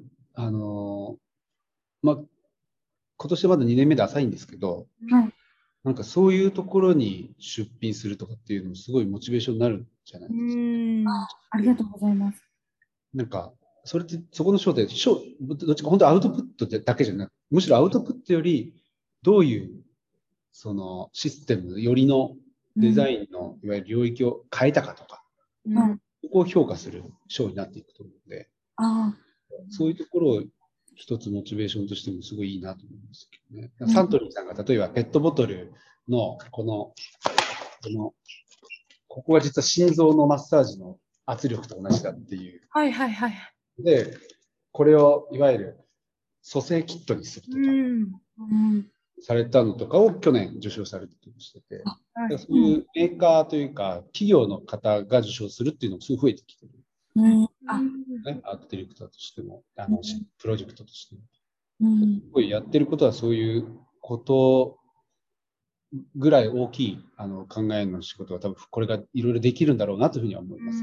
Speaker 2: まあ、今年まだ2年目で浅いんですけど、
Speaker 3: はい。
Speaker 2: なんかそういうところに出品するとかっていうのもすごいモチベーションになるんじゃないですか。
Speaker 3: ありがとうございます。
Speaker 2: なんか、それってそこの章で、どっちか本当アウトプットだけじゃなく、むしろアウトプットより、どういうそのシステムよりのデザインのいわゆる領域を変えたかとか、そこを評価する章になっていくと思うので、そういうところを一つモチベーションとしてもすごいいいなと思いますけどね。サントリーさんが例えばペットボトルのここが実は心臓のマッサージの圧力と同じだっていう。
Speaker 1: はいはいはい。
Speaker 2: で、これをいわゆる蘇生キットにするとか、されたのとかを去年受賞されてしてて、そういうメーカーというか、企業の方が受賞するっていうのもすごい増えてきてる。アートディレクターとしても、プロジェクトとしても。すごいやってることはそういうことぐらい大きい考えの仕事は多分これがいろいろできるんだろうなというふうには思います。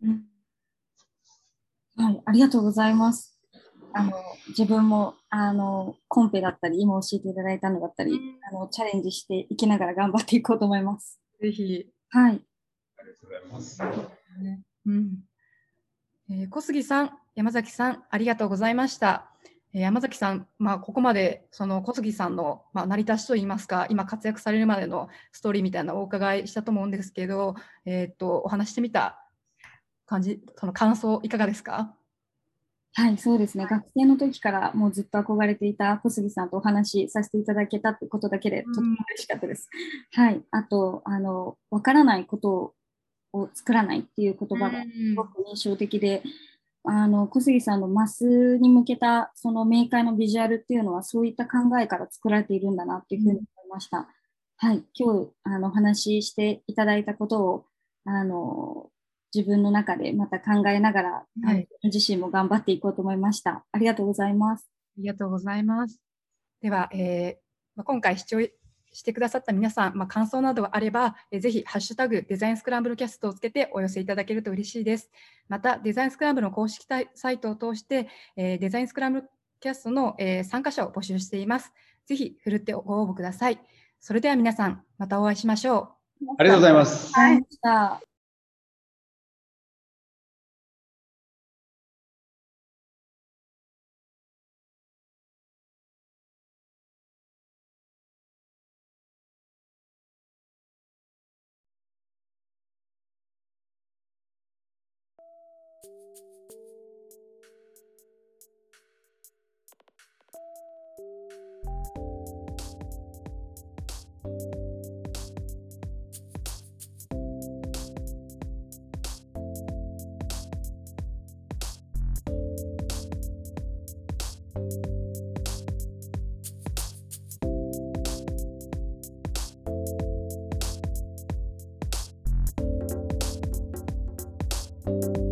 Speaker 3: はい、ありがとうございます。自分もコンペだったり、今教えていただいたのだったり、チャレンジしていきながら頑張っていこうと思います。
Speaker 1: ぜひ。
Speaker 3: はい。
Speaker 2: ありがとうございます。
Speaker 1: 小杉さん、山崎さん、ありがとうございました。山崎さん、ここまでその小杉さんの、成り立ちといいますか、今活躍されるまでのストーリーみたいなのをお伺いしたと思うんですけど、お話してみた感じ、その感想いかがですか？
Speaker 3: はい、そうですね。学生の時からもうずっと憧れていた小杉さんとお話しさせていただけたってことだけでとても嬉しかったです。はい。あと、わからないことを作らないっていう言葉がすごく印象的で、小杉さんのマスに向けたその明快のビジュアルっていうのはそういった考えから作られているんだなっていうふうに思いました。はい、今日お話ししていただいたことを自分の中でまた考えながら、はい、自身も頑張っていこうと思いました。ありがとうございます。
Speaker 1: ありがとうございます。では、今回視聴してくださった皆さん、感想などがあれば、ぜひハッシュタグデザインスクランブルキャストをつけてお寄せいただけると嬉しいです。また、デザインスクランブルの公式サイトを通して、デザインスクランブルキャストの参加者を募集しています。ぜひ、ふるってご応募ください。それでは皆さん、またお会いしましょ
Speaker 2: う。ありがとうございます。
Speaker 3: はい。
Speaker 1: う。